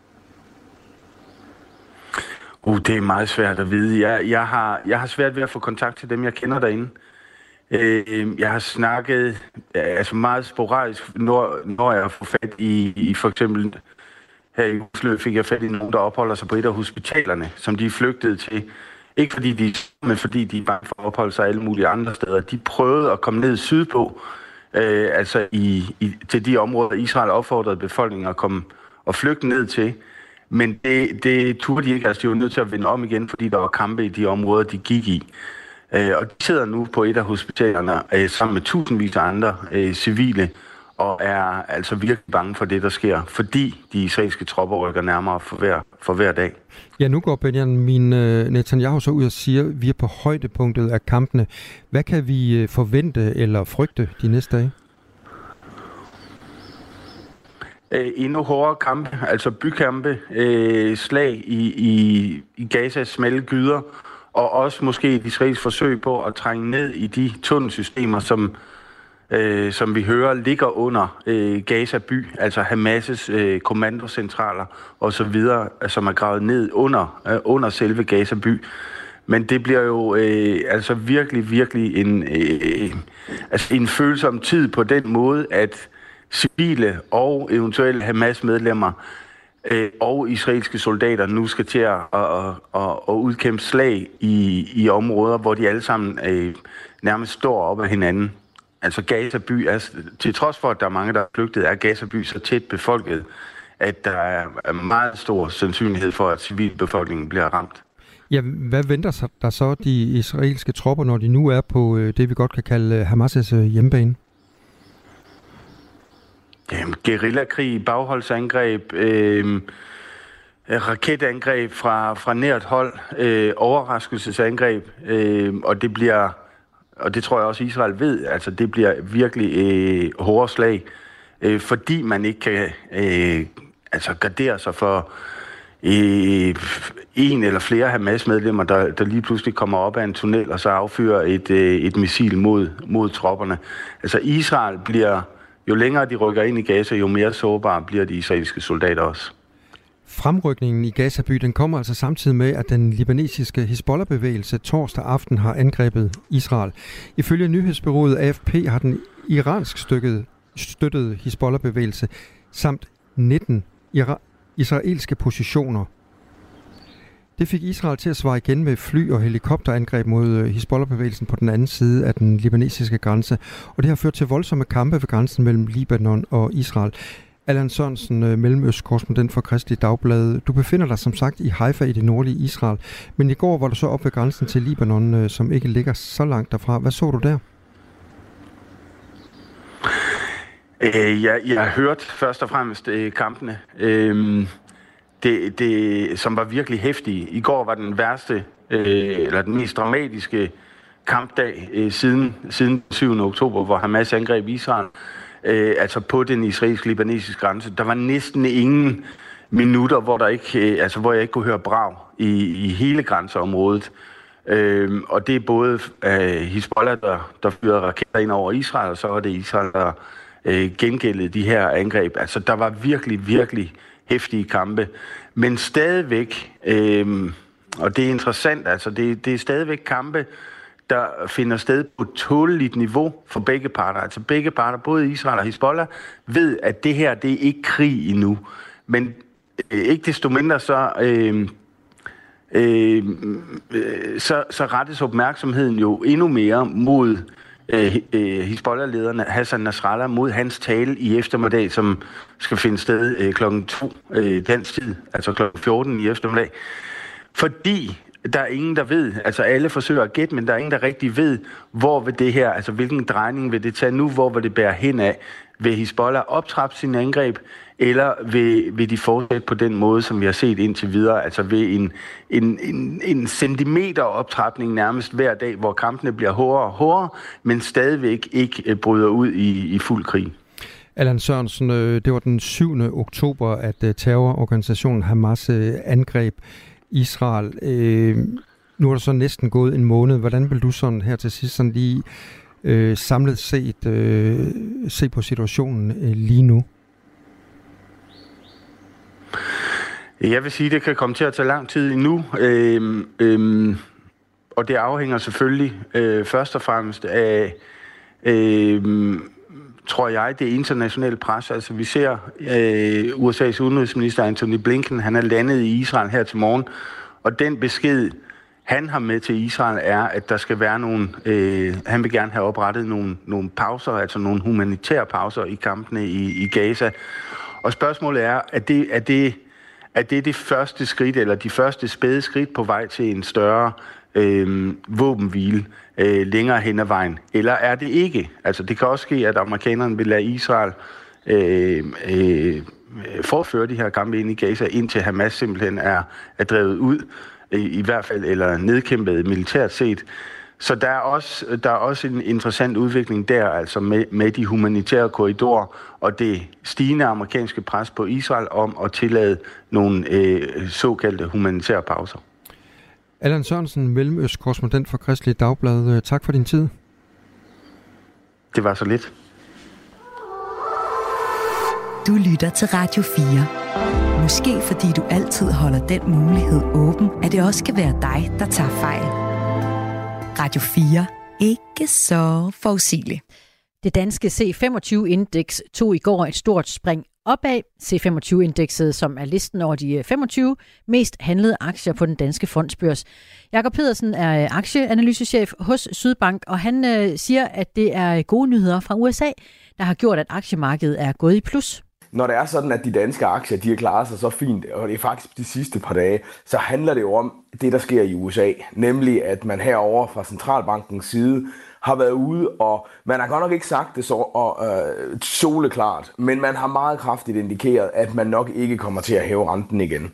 Uh, det er meget svært at vide. Jeg, jeg, har, jeg har svært ved at få kontakt til dem, jeg kender derinde. Øh, jeg har snakket altså meget sporadisk, når, når jeg får fat i, i for eksempel her i Oslo fik jeg fat i nogen, der opholder sig på et af hospitalerne, som de er flygtet til. Ikke fordi de, men fordi de er bange for at opholde sig alle mulige andre steder. De prøvede at komme ned sydpå, øh, altså i, i, til de områder, Israel opfordrede befolkningen at komme og flygte ned til. Men det, det turde de ikke, altså de var nødt til at vende om igen, fordi der var kampe i de områder, de gik i. Øh, og de sidder nu på et af hospitalerne øh, sammen med tusindvis af andre øh, civile, og er altså virkelig bange for det, der sker, fordi de israelske tropper rykker nærmere for hver, for hver dag. Ja, nu går Benjamin Netanyahu så ud og siger, at vi er på højdepunktet af kampene. Hvad kan vi forvente eller frygte de næste dage? Øh, endnu hårdere kampe, altså bykampe, øh, slag i, i, i Gazas smalle gyder, og også måske et israelsk forsøg på at trænge ned i de tunnelsystemer, som Øh, som vi hører, ligger under øh, Gaza by, altså Hamas' øh, kommandocentraler og så videre, som er gravet ned under, øh, under selve Gaza by. Men det bliver jo øh, altså virkelig, virkelig en, øh, altså en følsom tid på den måde, at civile og eventuelle Hamas-medlemmer øh, og israelske soldater nu skal til at, at, at, at udkæmpe slag i, i områder, hvor de alle sammen øh, nærmest står op af hinanden. Altså Gaza by er, til trods for, at der er mange, der er flygtet, er Gaza by så tæt befolket, at der er meget stor sandsynlighed for, at civilbefolkningen bliver ramt. Ja, hvad venter der så de israelske tropper, når de nu er på det, vi godt kan kalde Hamas' hjemmebane? Jamen, guerillakrig, bagholdsangreb, øh, raketangreb fra, fra nært hold, øh, overraskelsesangreb, øh, og det bliver... Og det tror jeg også, Israel ved. Altså, det bliver virkelig øh, hårde slag, øh, fordi man ikke kan øh, altså, gardere sig for øh, en eller flere Hamas-medlemmer, der, der lige pludselig kommer op af en tunnel og så affyrer et, øh, et missil mod, mod tropperne. Altså Israel bliver, jo længere de rykker ind i Gaza, jo mere sårbare bliver de israelske soldater også. Fremrykningen i Gaza-by, den kommer altså samtidig med, at den libanesiske Hizbollah-bevægelse torsdag aften har angrebet Israel. Ifølge nyhedsbureauet A F P har den iransk støttede Hizbollah-bevægelse samt nitten ira- israelske positioner. Det fik Israel til at svare igen med fly- og helikopterangreb mod Hizbollah-bevægelsen på den anden side af den libanesiske grænse, og det har ført til voldsomme kampe ved grænsen mellem Libanon og Israel. Allan Sørensen, mellemøstkorrespondent for Kristeligt Dagblad. Du befinder dig som sagt i Haifa i det nordlige Israel, men i går var du så op ved grænsen til Libanon, som ikke ligger så langt derfra. Hvad så du der? Øh, jeg, jeg har hørt først og fremmest øh, kampene, øh, det, det, som var virkelig heftige. I går var den værste, øh, eller den mest dramatiske kampdag øh, siden, siden den syvende oktober, hvor Hamas angreb Israel. Øh, altså på den israelsk-libanesiske grænse. Der var næsten ingen minutter, hvor, der ikke, øh, altså, hvor jeg ikke kunne høre brag i, i hele grænseområdet. Øh, og det er både øh, Hizbollah, der, der fyrede raketter ind over Israel, og så var det Israel, der øh, gengældede de her angreb. Altså der var virkelig, virkelig heftige kampe. Men stadigvæk, øh, og det er interessant, altså det, det er stadigvæk kampe, der finder sted på et tåleligt niveau for begge parter. Altså begge parter, både Israel og Hizbollah, ved, at det her, det er ikke krig endnu. Men øh, ikke desto mindre, så, øh, øh, så, så rettes opmærksomheden jo endnu mere mod øh, øh, Hizbollah-lederne Hassan Nasrallah, mod hans tale i eftermiddag, som skal finde sted øh, klokken to øh, dansk tid, altså klokken fjorten i eftermiddag. Fordi der er ingen, der ved, altså alle forsøger at gætte, men der er ingen, der rigtig ved, hvor vil det her, altså hvilken drejning vil det tage nu, hvor vil det bære hen af? Vil Hizbollah optrappe sine angreb, eller vil, vil de fortsætte på den måde, som vi har set indtil videre, altså ved en, en, en, en centimeter optrapning nærmest hver dag, hvor kampene bliver hårdere og hårdere, men stadigvæk ikke bryder ud i, i fuld krig. Allan Sørensen, det var den syvende oktober, at terrororganisationen Hamas angreb Israel. Øh, nu er der så næsten gået en måned. Hvordan vil du sådan her til sidst sådan lige øh, samlet set øh, se på situationen øh, lige nu? Jeg vil sige, at det kan komme til at tage lang tid endnu. Øh, øh, og det afhænger selvfølgelig øh, først og fremmest af, øh, tror jeg, det internationale pres. Altså vi ser øh, U S A's udenrigsminister Antony Blinken, han er landet i Israel her til morgen, og den besked, han har med til Israel, er, at der skal være nogle, øh, han vil gerne have oprettet nogle, nogle pauser, altså nogle humanitære pauser i kampene i, i Gaza. Og spørgsmålet er, er det, er det, er det det første skridt, eller de første spæde skridt på vej til en større øh, våbenhvile øh, længere hen ad vejen, eller er det ikke? Altså det kan også ske, at amerikanerne vil lade Israel øh, øh, forføre de her kampe ind i Gaza, indtil Hamas simpelthen er, er drevet ud, i, i hvert fald, eller nedkæmpet militært set. Så der er også, der er også en interessant udvikling der, altså med, med de humanitære korridorer og det stigende amerikanske pres på Israel om at tillade nogle øh, såkaldte humanitære pauser. Allan Sørensen, mellemøstkorrespondent for Kristeligt Dagblad. Tak for din tid. Det var så lidt. Du lytter til Radio fire. Måske fordi du altid holder den mulighed åben, at det også kan være dig, der tager fejl. Radio fire. Ikke så forudsigeligt. Det danske C femogtyve-indeks tog i går et stort spring opad. C femogtyve-indekset, som er listen over de femogtyve mest handlede aktier på den danske fondsbørs. Jakob Pedersen er aktieanalysechef hos Sydbank, og han øh, siger, at det er gode nyheder fra U S A, der har gjort, at aktiemarkedet er gået i plus. Når det er sådan, at de danske aktier de har klaret sig så fint, og det er faktisk de sidste par dage, så handler det jo om det, der sker i U S A. Nemlig, at man herover fra centralbankens side har været ude, og man har godt nok ikke sagt det så og, øh, soleklart, men man har meget kraftigt indikeret, at man nok ikke kommer til at hæve renten igen.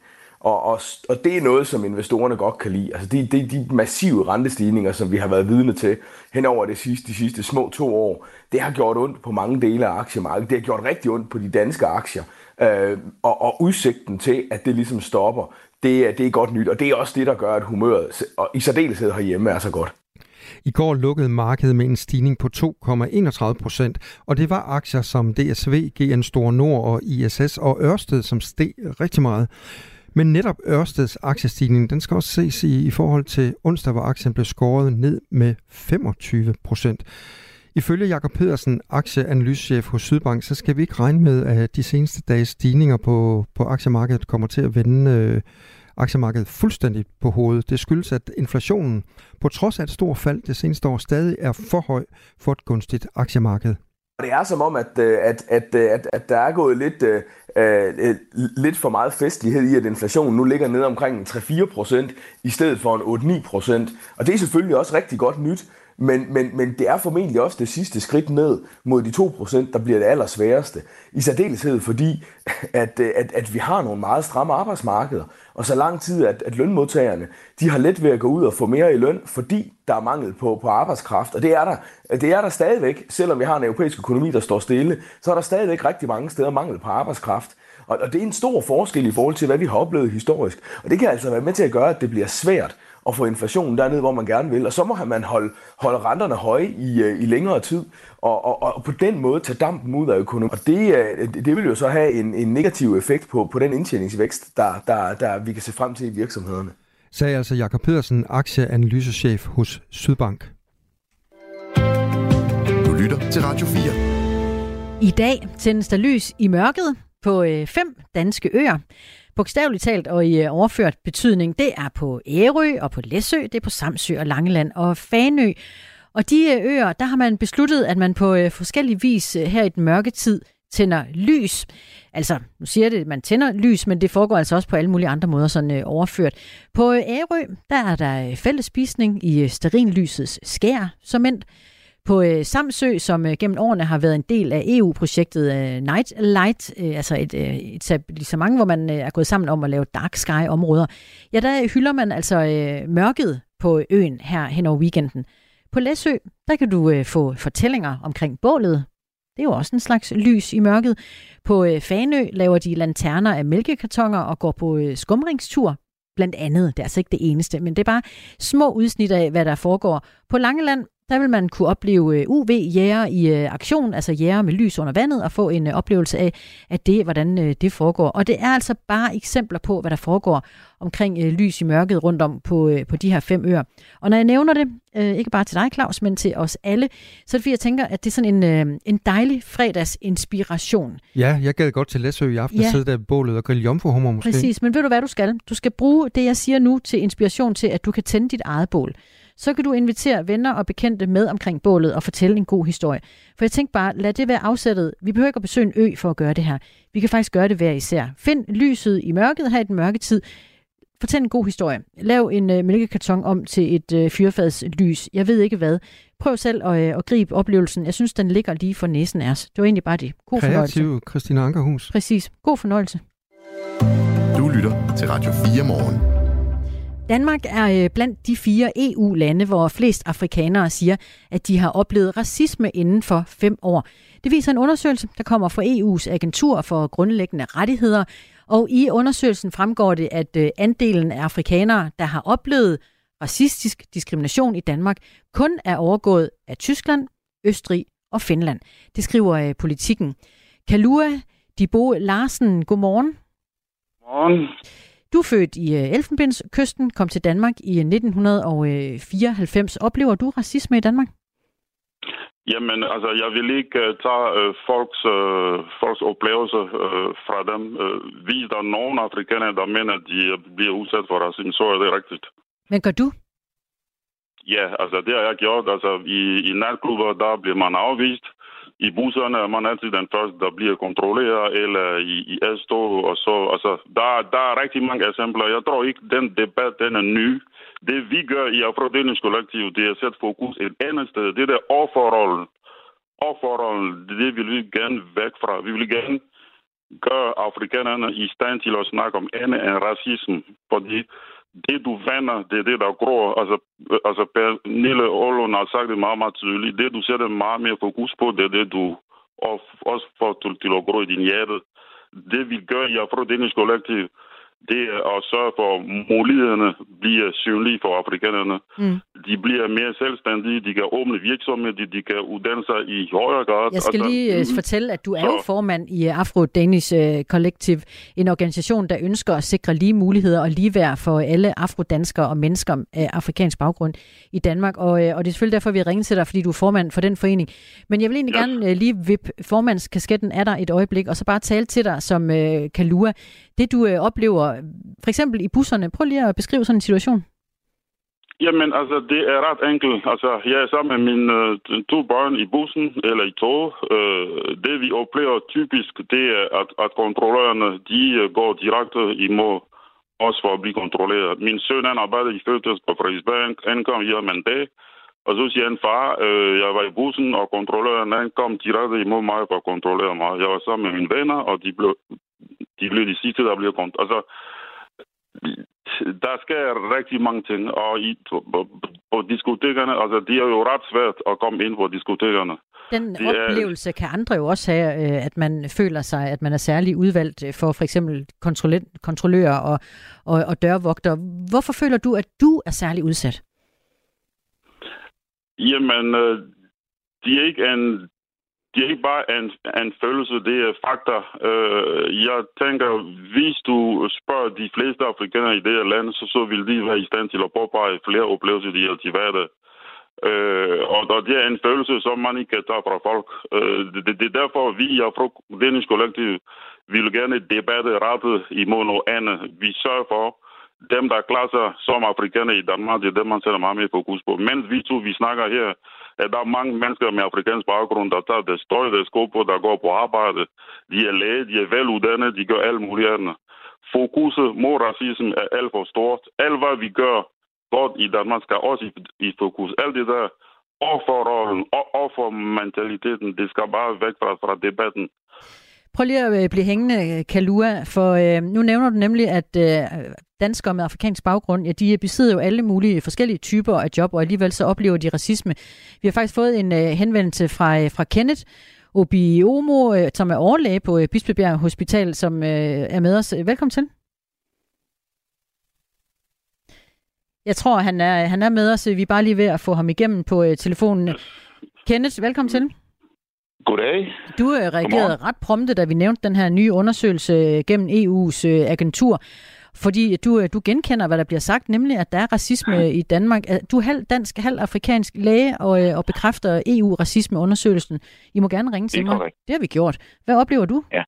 Og, og, og det er noget, som investorerne godt kan lide. Altså de, de, de massive rentestigninger, som vi har været vidne til hen over de sidste, de sidste små to år, det har gjort ondt på mange dele af aktiemarkedet. Det har gjort rigtig ondt på de danske aktier. Øh, og, og udsigten til, at det ligesom stopper, det, det er godt nyt. Og det er også det, der gør, at humøret, og i særdeleshed herhjemme, er så godt. I går lukkede markedet med en stigning på to komma enogtredive procent, og det var aktier som D S V, G N Store Nord og I S S og Ørsted, som steg rigtig meget. Men netop Ørsteds aktiestigning, den skal også ses i, i forhold til onsdag, hvor aktien blev skåret ned med femogtyve procent. Ifølge Jakob Pedersen, aktieanalysechef hos Sydbank, så skal vi ikke regne med, at de seneste dages stigninger på, på aktiemarkedet kommer til at vende øh, aktiemarkedet fuldstændig på hovedet. Det skyldes, at inflationen, på trods af et stort fald det seneste år, stadig er for høj for et gunstigt aktiemarked. Det er som om, at, at, at, at, at der er gået lidt, uh, lidt for meget festlighed i, at inflationen nu ligger nede omkring tre til fire procent i stedet for en otte til ni procent. Og det er selvfølgelig også rigtig godt nyt, men, men, men det er formentlig også det sidste skridt ned mod de to procent, der bliver det allersværeste. I særdeleshed fordi, at, at, at vi har nogle meget stramme arbejdsmarkeder, og så lang tid, at, at lønmodtagerne de har let ved at gå ud og få mere i løn, fordi der er mangel på, på arbejdskraft. Og det er, der, det er der stadigvæk, selvom vi har en europæisk økonomi, der står stille, så er der stadigvæk rigtig mange steder mangel på arbejdskraft. Og, og det er en stor forskel i forhold til, hvad vi har oplevet historisk. Og det kan altså være med til at gøre, at det bliver svært at få inflationen dernede, hvor man gerne vil. Og så må man holde, holde renterne høje i, i længere tid, og, og, og på den måde tage dampen ud af økonomien. Og det, det vil jo så have en, en negativ effekt på, på den indtjeningsvækst, der, der, der vi kan se frem til i virksomhederne. Sagde altså Jakob Pedersen, aktieanalysechef hos Sydbank. Du lytter til Radio fire. I dag tændes der lys i mørket på øh, fem danske øer. Bogstaveligt talt og i overført betydning, det er på Ærø og på Læsø, det er på Samsø og Langeland og Fanø. Og de øer, der har man besluttet, at man på forskellige vis her i den mørke tid tænder lys. Altså, nu siger det, at man tænder lys, men det foregår altså også på alle mulige andre måder, sådan overført. På Ærø, der er der fællesspisning i stearinlysets skær, som endt. På øh, Samsø, som øh, gennem årene har været en del af E U-projektet øh, Night Light, øh, altså et øh, etablissement, hvor man øh, er gået sammen om at lave dark sky-områder, ja, der hylder man altså øh, mørket på øen her hen over weekenden. På Læsø, der kan du øh, få fortællinger omkring bålet. Det er jo også en slags lys i mørket. På øh, Fanø laver de lanterner af mælkekartoner og går på øh, skumringstur. Blandt andet, det er altså ikke det eneste, men det er bare små udsnit af, hvad der foregår. På Langeland, der vil man kunne opleve U V-jæger i aktion, altså jæger med lys under vandet, og få en oplevelse af, at det, hvordan det foregår. Og det er altså bare eksempler på, hvad der foregår omkring lys i mørket rundt om på, på de her fem øer. Og når jeg nævner det, ikke bare til dig, Claus, men til os alle, så er det fordi, jeg tænker, at det er sådan en, en dejlig fredagsinspiration. Ja, jeg gad godt til Læsø i aften ja. Sidde der i bålet og grille jomfruhummer måske. Præcis, men ved du, hvad du skal? Du skal bruge det, jeg siger nu, til inspiration til, at du kan tænde dit eget bål. Så kan du invitere venner og bekendte med omkring bålet og fortælle en god historie. For jeg tænker bare, lad det være afsættet. Vi behøver ikke at besøge en ø for at gøre det her. Vi kan faktisk gøre det hver især. Find lyset i mørket her i den mørke tid. Fortæl en god historie. Lav en uh, mælkekarton om til et uh, fyrfadslys. Jeg ved ikke hvad. Prøv selv at, uh, at gribe oplevelsen. Jeg synes, den ligger lige for næsen af os. Det var egentlig bare det. God fornøjelse. Kreativ Christine Ankerhus. Præcis. God fornøjelse. Du lytter til Radio fire morgen. Danmark er blandt de fire E U-lande, hvor flest afrikanere siger, at de har oplevet racisme inden for fem år. Det viser en undersøgelse, der kommer fra E U's agentur for grundlæggende rettigheder. Og i undersøgelsen fremgår det, at andelen af afrikanere, der har oplevet racistisk diskrimination i Danmark, kun er overgået af Tyskland, Østrig og Finland. Det skriver Politikken. Kalua Dibo Larsen, godmorgen. Godmorgen. Du er født i Elfenbenskysten, kom til Danmark i nitten fireoghalvfems. Oplever du racisme i Danmark? Jamen, altså, jeg vil ikke uh, tage uh, folks, uh, folks oplevelser uh, fra dem. Uh, hvis der er nogen afrikanere, der mener, at de bliver udsat for racisme, så er det rigtigt. Men gør du? Ja, altså, det har jeg gjort. Altså, i, i natklubber, der bliver man afvist. I busserne er man altid den første, der bliver kontrolleret, eller i, i S-tog, og så, altså, der, der er rigtig mange eksempler. Jeg tror ikke, den debat, den er ny. Det vi gør i Afrodelingskollektiv, det er at sætte fokus et andet sted. Det der overforhold, overforhold, det vil vi gerne væk fra. Vi vil gerne gør afrikanerne i stand til at snakke om andet end racisme. Fordi det, du vander, det er det, der gror. Altså, altså Pernille Aarlund har sagt det meget, meget tydeligt. Det, du sætter meget mere fokus på, det er det, du også får til, til at gro i din hjerte. Det, vi gør i Afro-Danish Kollektiv, det er at sørge for, at mulighederne bliver synlige for afrikanerne. Mm. De bliver mere selvstændige, de kan åbne virksomheder, de, de kan uddanne sig i højere grad. Jeg skal lige uh, fortælle, at du er jo formand i Afro-Danish Kollektiv, en organisation, der ønsker at sikre lige muligheder og ligeværd for alle afrodanskere og mennesker af afrikansk baggrund i Danmark. Og, og det er selvfølgelig derfor, vi har ringet til dig, fordi du er formand for den forening. Men jeg vil egentlig yes. gerne uh, lige vippe formandskasketten af dig et øjeblik, og så bare tale til dig som uh, Kalua. Det, du uh, oplever, for eksempel i busserne, prøv lige at beskrive sådan en situation. Jamen, altså, det er ret enkelt. Altså, jeg er sammen med mine uh, to børn i bussen, eller i tog. Uh, det, vi oplever typisk, det er, at, at kontrollørerne, de uh, går direkte imod os for at blive kontrolleret. Min søn, han arbejdede i Fødtes på Frederiksberg, han kom hjem om en dag, og så siger han, far, øh, jeg var i bussen, og kontrolløren, han kom direkte imod mig for at kontrollere mig. Jeg var sammen med mine venner, og de blev, de blev de sidste, der blev kontrolleret. Altså, der sker rigtig mange ting, og i, på, på diskotekerne, altså, det er jo ret svært at komme ind på diskotekerne. Den det oplevelse er, kan andre jo også have, at man føler sig, at man er særlig udvalgt for for eksempel kontrollører og, og, og dørvogtere. Hvorfor føler du, at du er særlig udsat? Jamen, det er ikke en, det er ikke bare en, en følelse, det er fakta. Jeg tænker, hvis du spørger de fleste afrikanere i det her land, så, så vil de være i stand til at påpege flere oplevelser, de har til hverdag. Og det er en følelse, som man ikke kan tage fra folk. Det, det er derfor, vi i Afro-Danish Kollektiv vil gerne debatte rettet imod noget andet. Vi sørger for, dem, der klarer sig som afrikaner i Danmark, det er dem, man sætter meget mere fokus på. Mens vi to, vi snakker her, at der er mange mennesker med afrikansk baggrund, der tager det støj, der sko på, der går på arbejde. De er læge, de er veluddannede, de gør alt muligt andet. Fokuset mod racisme er alt for stort. Alt, hvad vi gør godt i Danmark, skal også i, i fokus. Alt det der offerrollen og offermentaliteten, det skal bare væk fra, fra debatten. Prøv lige at blive hængende, Kalua, for øh, nu nævner du nemlig, at øh, danskere med afrikansk baggrund, ja, de besidder jo alle mulige forskellige typer af job, og alligevel så oplever de racisme. Vi har faktisk fået en øh, henvendelse fra, øh, fra Kenneth Obiomo, øh, som er overlæge på øh, Bispebjerg Hospital, som øh, er med os. Velkommen til. Jeg tror, han er, han er med os. Vi er bare lige ved at få ham igennem på øh, telefonen. Kenneth, velkommen til. Goddag. Du øh, reagerede ret prompte, da vi nævnte den her nye undersøgelse øh, gennem E U's øh, agentur, fordi du, øh, du genkender, hvad der bliver sagt, nemlig at der er racisme i Danmark. Du er halv dansk, halv afrikansk læge og, øh, og bekræfter E U-racismeundersøgelsen. I må gerne ringe til mig. Korrekt. Det har vi gjort. Hvad oplever du? Ja.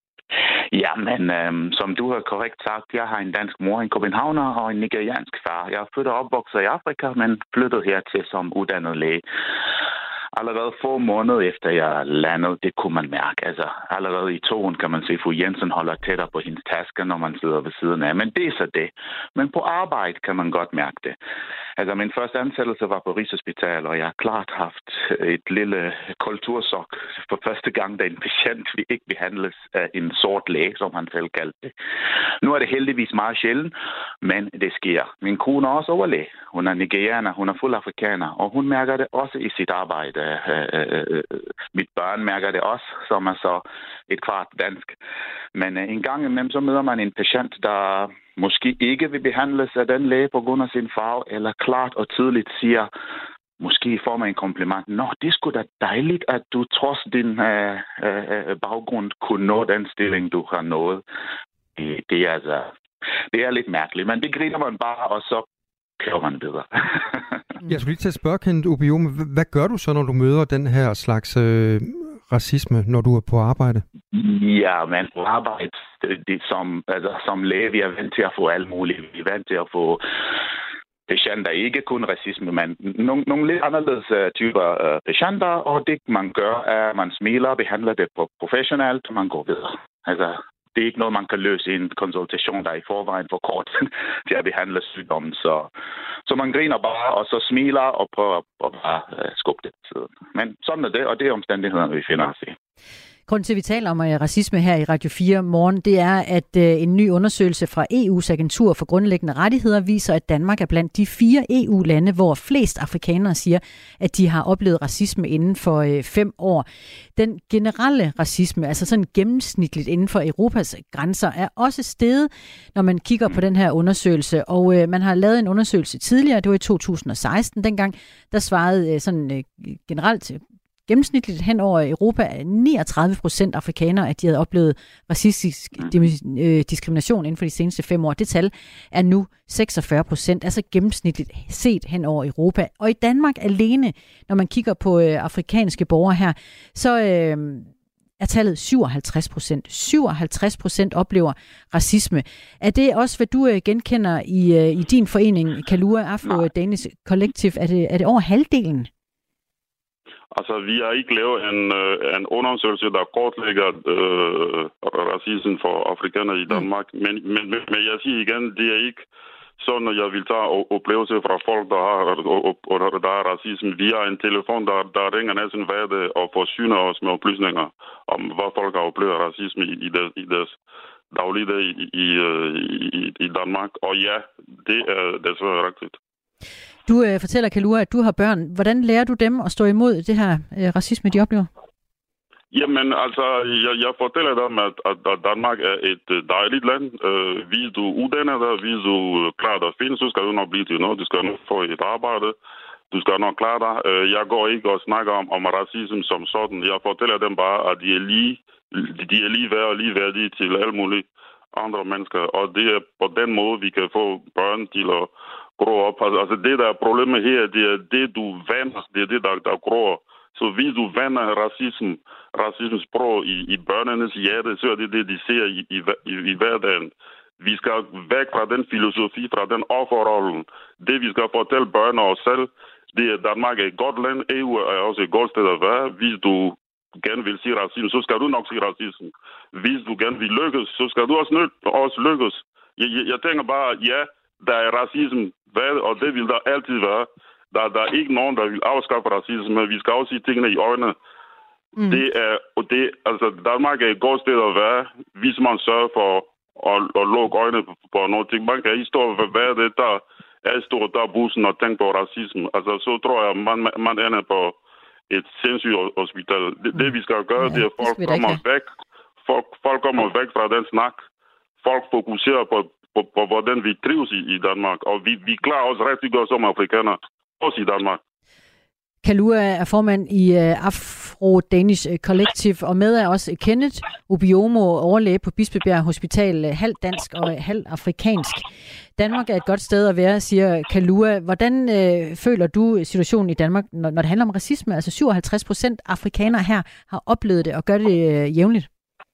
Jamen, øhm, som du har korrekt sagt, jeg har en dansk mor, en københavner og en nigeriansk far. Jeg er født og opvokset i Afrika, men flyttet hertil som uddannet læge. Allerede få måneder efter jeg landede, det kunne man mærke. Altså, allerede i togen kan man se, at fru Jensen holder tættere på hendes tasker, når man sidder ved siden af. Men det er så det. Men på arbejde kan man godt mærke det. Altså, min første ansættelse var på Rigshospital, og jeg har klart haft et lille kultursok for første gang, da en patient ikke behandles af en sort læge, som han selv kaldte det. Nu er det heldigvis meget sjældent, men det sker. Min kone er også overlæge. Hun er nigerianer, hun er fuld afrikaner, og hun mærker det også i sit arbejde. Øh, øh, øh, mit børn mærker det også, som er så et kvart dansk. Men øh, en gang imellem så møder man en patient, der måske ikke vil behandles af den læge på grund af sin farve, eller klart og tydeligt siger, måske får man en kompliment. Nå, det er sgu da dejligt, at du trods din øh, øh, baggrund kunne nå den stilling, du har nået. Det, det er altså, det er lidt mærkeligt, men det griner man bare, og så kører man videre. Jeg skulle lige til at spørge, Kenneth Obiome, hvad gør du så, når du møder den her slags øh, racisme, når du er på arbejde? Ja, men på arbejde, det, som, altså, som læge, vi er vant til at få alt muligt. Vi er vant til at få patienter, ikke kun racisme, men nogle, nogle lidt anderledes uh, typer uh, patienter, og det man gør, er, at man smiler og behandler det professionelt, og man går videre. Altså, det er ikke noget, man kan løse i en konsultation, der er i forvejen for kort til at behandle sygdommen. Så, så man griner bare, og så smiler og prøver at bare uh, skubbe det til siden. Men sådan er det, og det er omstændighederne, vi finder os i. Grunden til, at vi taler om racisme her i Radio fire morgen, det er, at en ny undersøgelse fra E U's Agentur for Grundlæggende Rettigheder viser, at Danmark er blandt de fire E U-lande, hvor flest afrikanere siger, at de har oplevet racisme inden for fem år. Den generelle racisme, altså sådan gennemsnitligt inden for Europas grænser, er også steget, når man kigger på den her undersøgelse. Og man har lavet en undersøgelse tidligere, det var i to tusind og seksten. Dengang, der svarede sådan generelt gennemsnitligt hen over Europa niogtredive procent afrikanere, at de havde oplevet racistisk diskrimination inden for de seneste fem år. Det tal er nu seksogfyrre procent, altså gennemsnitligt set hen over Europa. Og i Danmark alene, når man kigger på øh, afrikanske borgere her, så øh, er tallet syvoghalvtreds procent. syvoghalvtreds procent oplever racisme. Er det også, hvad du øh, genkender i, øh, i din forening, Kalua Afro Danish Collective? Er det, er det over halvdelen? Altså, vi har ikke lavet en, uh, en undersøgelse, der kortlægger uh, racisme for afrikanere i Danmark. Mm. Men, men, men jeg siger igen, det er ikke sådan, at jeg vil tage oplevelser fra folk, der har, og, og, der har racisme. Vi har en telefon, der, der ringer næsten hver dag og forsyner os med oplysninger om, hvad folk har oplevet racisme i, i, deres, i deres dagligdag i, i, i, i Danmark. Og ja, det er desværre rigtigt. Du øh, fortæller, Kalua, at du har børn. Hvordan lærer du dem at stå imod det her øh, racisme, de oplever? Jamen, altså, jeg, jeg fortæller dem, at, at, at Danmark er et dejligt land. Øh, hvis du uddanner dig, hvis du klarer dig fint, så skal du nok blive til noget. Du skal nok få et arbejde. Du skal nok klare dig. Øh, jeg går ikke og snakker om, om racisme som sådan. Jeg fortæller dem bare, at de er lige, de er lige værd og lige værdige til alle mulige andre mennesker. Og det er på den måde, vi kan få børn til at grå op. Altså det, der er problemet her, det er det, du vander, det er det, der, der grår. Så hvis du vander racisme, racismesprog i, i børnenes hjerte, så er det det, de ser i, i, i, i hverdagen. Vi skal væk fra den filosofi, fra den offerrollen. Det, vi skal fortælle børn og os selv, det er, at Danmark er et godt land. E U er også et godt sted at være. Hvis du gerne vil sige racisme, så skal du nok sige racisme. Hvis du gerne vil lykkes, så skal du også, nød, også lykkes. Jeg, jeg, jeg tænker bare, ja, der er racisme, og det vil der altid være. Der, der er ikke nogen, der vil afskaffe racisme, men vi skal også sige tingene i øjnene. Mm. Det er, og det, altså, Danmark er et godt sted at være, hvis man sørger for at, at lukke øjnene på, på noget ting. Man kan ikke stå og være det, der er stå der bussen og tænke på racisme. Altså, så tror jeg, man, man ender på et sindssygt hospital. Det, det vi skal gøre, ja, det er, at folk kommer væk. Folk, folk kommer væk fra den snak. Folk fokuserer på På, på hvordan vi trives i, i Danmark, og vi, vi klarer os rigtig godt som afrikanere, også i Danmark. Kalua er formand i uh, Afro Danish Collective, og med er også Kenneth Obiomo, overlæge på Bispebjerg Hospital, halv dansk og halv afrikansk. Danmark er et godt sted at være, siger Kalua. Hvordan øh, føler du situationen i Danmark, når, når det handler om racisme? Altså syvoghalvtreds procent afrikanere her har oplevet det og gør det øh, jævnligt.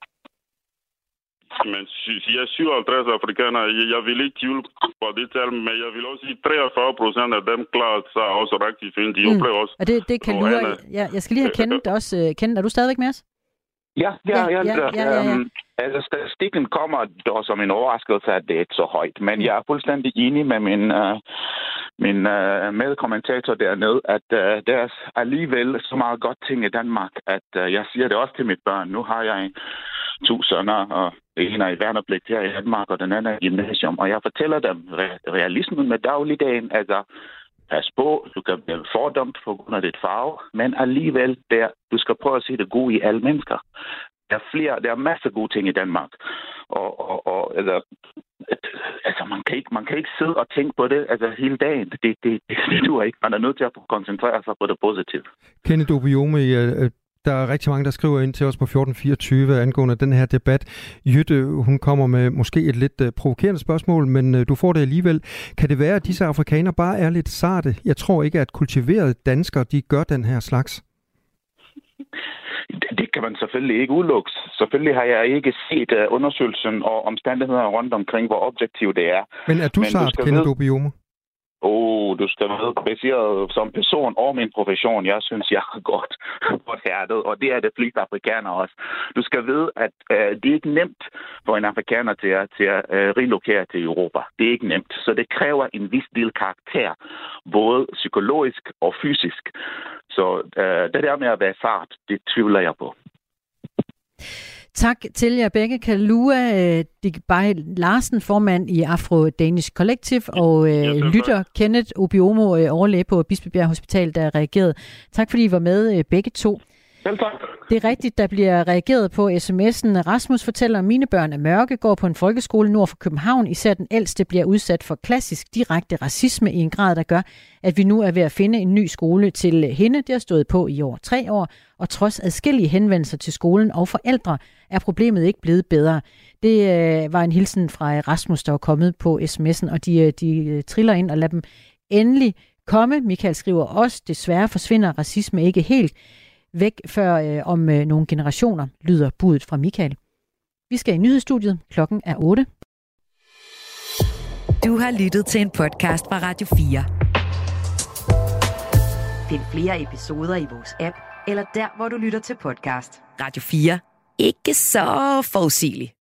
Men siger syvoghalvtreds afrikanere, jeg vil ikke tvivle på det tal, men jeg vil også sige, treogfyrre procent af dem klarer sig også rigtig fint. De mm. oplever også. Og det, det kan du. Ja, jeg skal lige have Kenneth også. Kenneth, er du stadigvæk med os? Ja, ja, ja. ja, ja, ja, ja. Um, altså, statistikken kommer dog som en overraskelse, at det er ikke så højt. Men jeg er fuldstændig enig med min, uh, min uh, medkommentator dernede, at uh, der er alligevel så meget godt ting i Danmark, at uh, jeg siger det også til mit børn. Nu har jeg to sønner, og den ene er i værnepligt her i Danmark, og den anden er i gymnasium. Og jeg fortæller dem realismen med dagligdagen, altså pas på, du kan blive fordomt på grund af dit farve, men alligevel, der, du skal prøve at se det gode i alle mennesker. Der er flere, der er masser af gode ting i Danmark. Og, og, og altså, altså man, kan ikke, man kan ikke sidde og tænke på det altså, hele dagen. Det, det, det, det duer ikke. Man er nødt til at koncentrere sig på det positive. Kenneth Obiomo, der er rigtig mange, der skriver ind til os på fjorten fireogtyve angående den her debat. Jytte, hun kommer med måske et lidt uh, provokerende spørgsmål, men uh, du får det alligevel. Kan det være, at disse afrikanere bare er lidt sarte? Jeg tror ikke, at kultiverede danskere, de gør den her slags. Det kan man selvfølgelig ikke udelukke. Selvfølgelig har jeg ikke set uh, undersøgelsen og omstændigheder rundt omkring, hvor objektiv det er. Men er du men sart, du Kenneth Obiomo? Åh, oh, du skal ved, baseret som person og min profession, jeg synes, jeg er godt på hærdet, og det er det flest afrikanere også. Du skal vide, at øh, det er ikke nemt for en afrikaner til at, til at øh, relokere til Europa. Det er ikke nemt, så det kræver en vis del karakter, både psykologisk og fysisk. Så øh, det der med at være sart, det tvivler jeg på. Tak til jer begge. Kalua Digbai Larsen, formand i Afro Danish Collective, og øh, lytter Kenneth Obiomo, øh, overlæge på Bispebjerg Hospital, der reagerede. Tak fordi I var med øh, begge to. Selv tak. Det er rigtigt, der bliver reageret på sms'en. Rasmus fortæller, at mine børn er mørke, går på en folkeskole nord for København. Især den ældste bliver udsat for klassisk direkte racisme i en grad, der gør, at vi nu er ved at finde en ny skole til hende. Det har stået på i år tre år, og trods adskillige henvendelser til skolen og forældre, er problemet ikke blevet bedre. Det øh, var en hilsen fra Rasmus, der var kommet på sms'en, og de, øh, de triller ind og lader dem endelig komme. Michael skriver også, desværre forsvinder racisme ikke helt væk før øh, om øh, nogle generationer, lyder budet fra Michael. Vi skal i nyhedsstudiet. Klokken er otte. Du har lyttet til en podcast fra Radio fire. Find flere episoder i vores app, eller der, hvor du lytter til podcast. Radio fire. Ikke så forudsigeligt.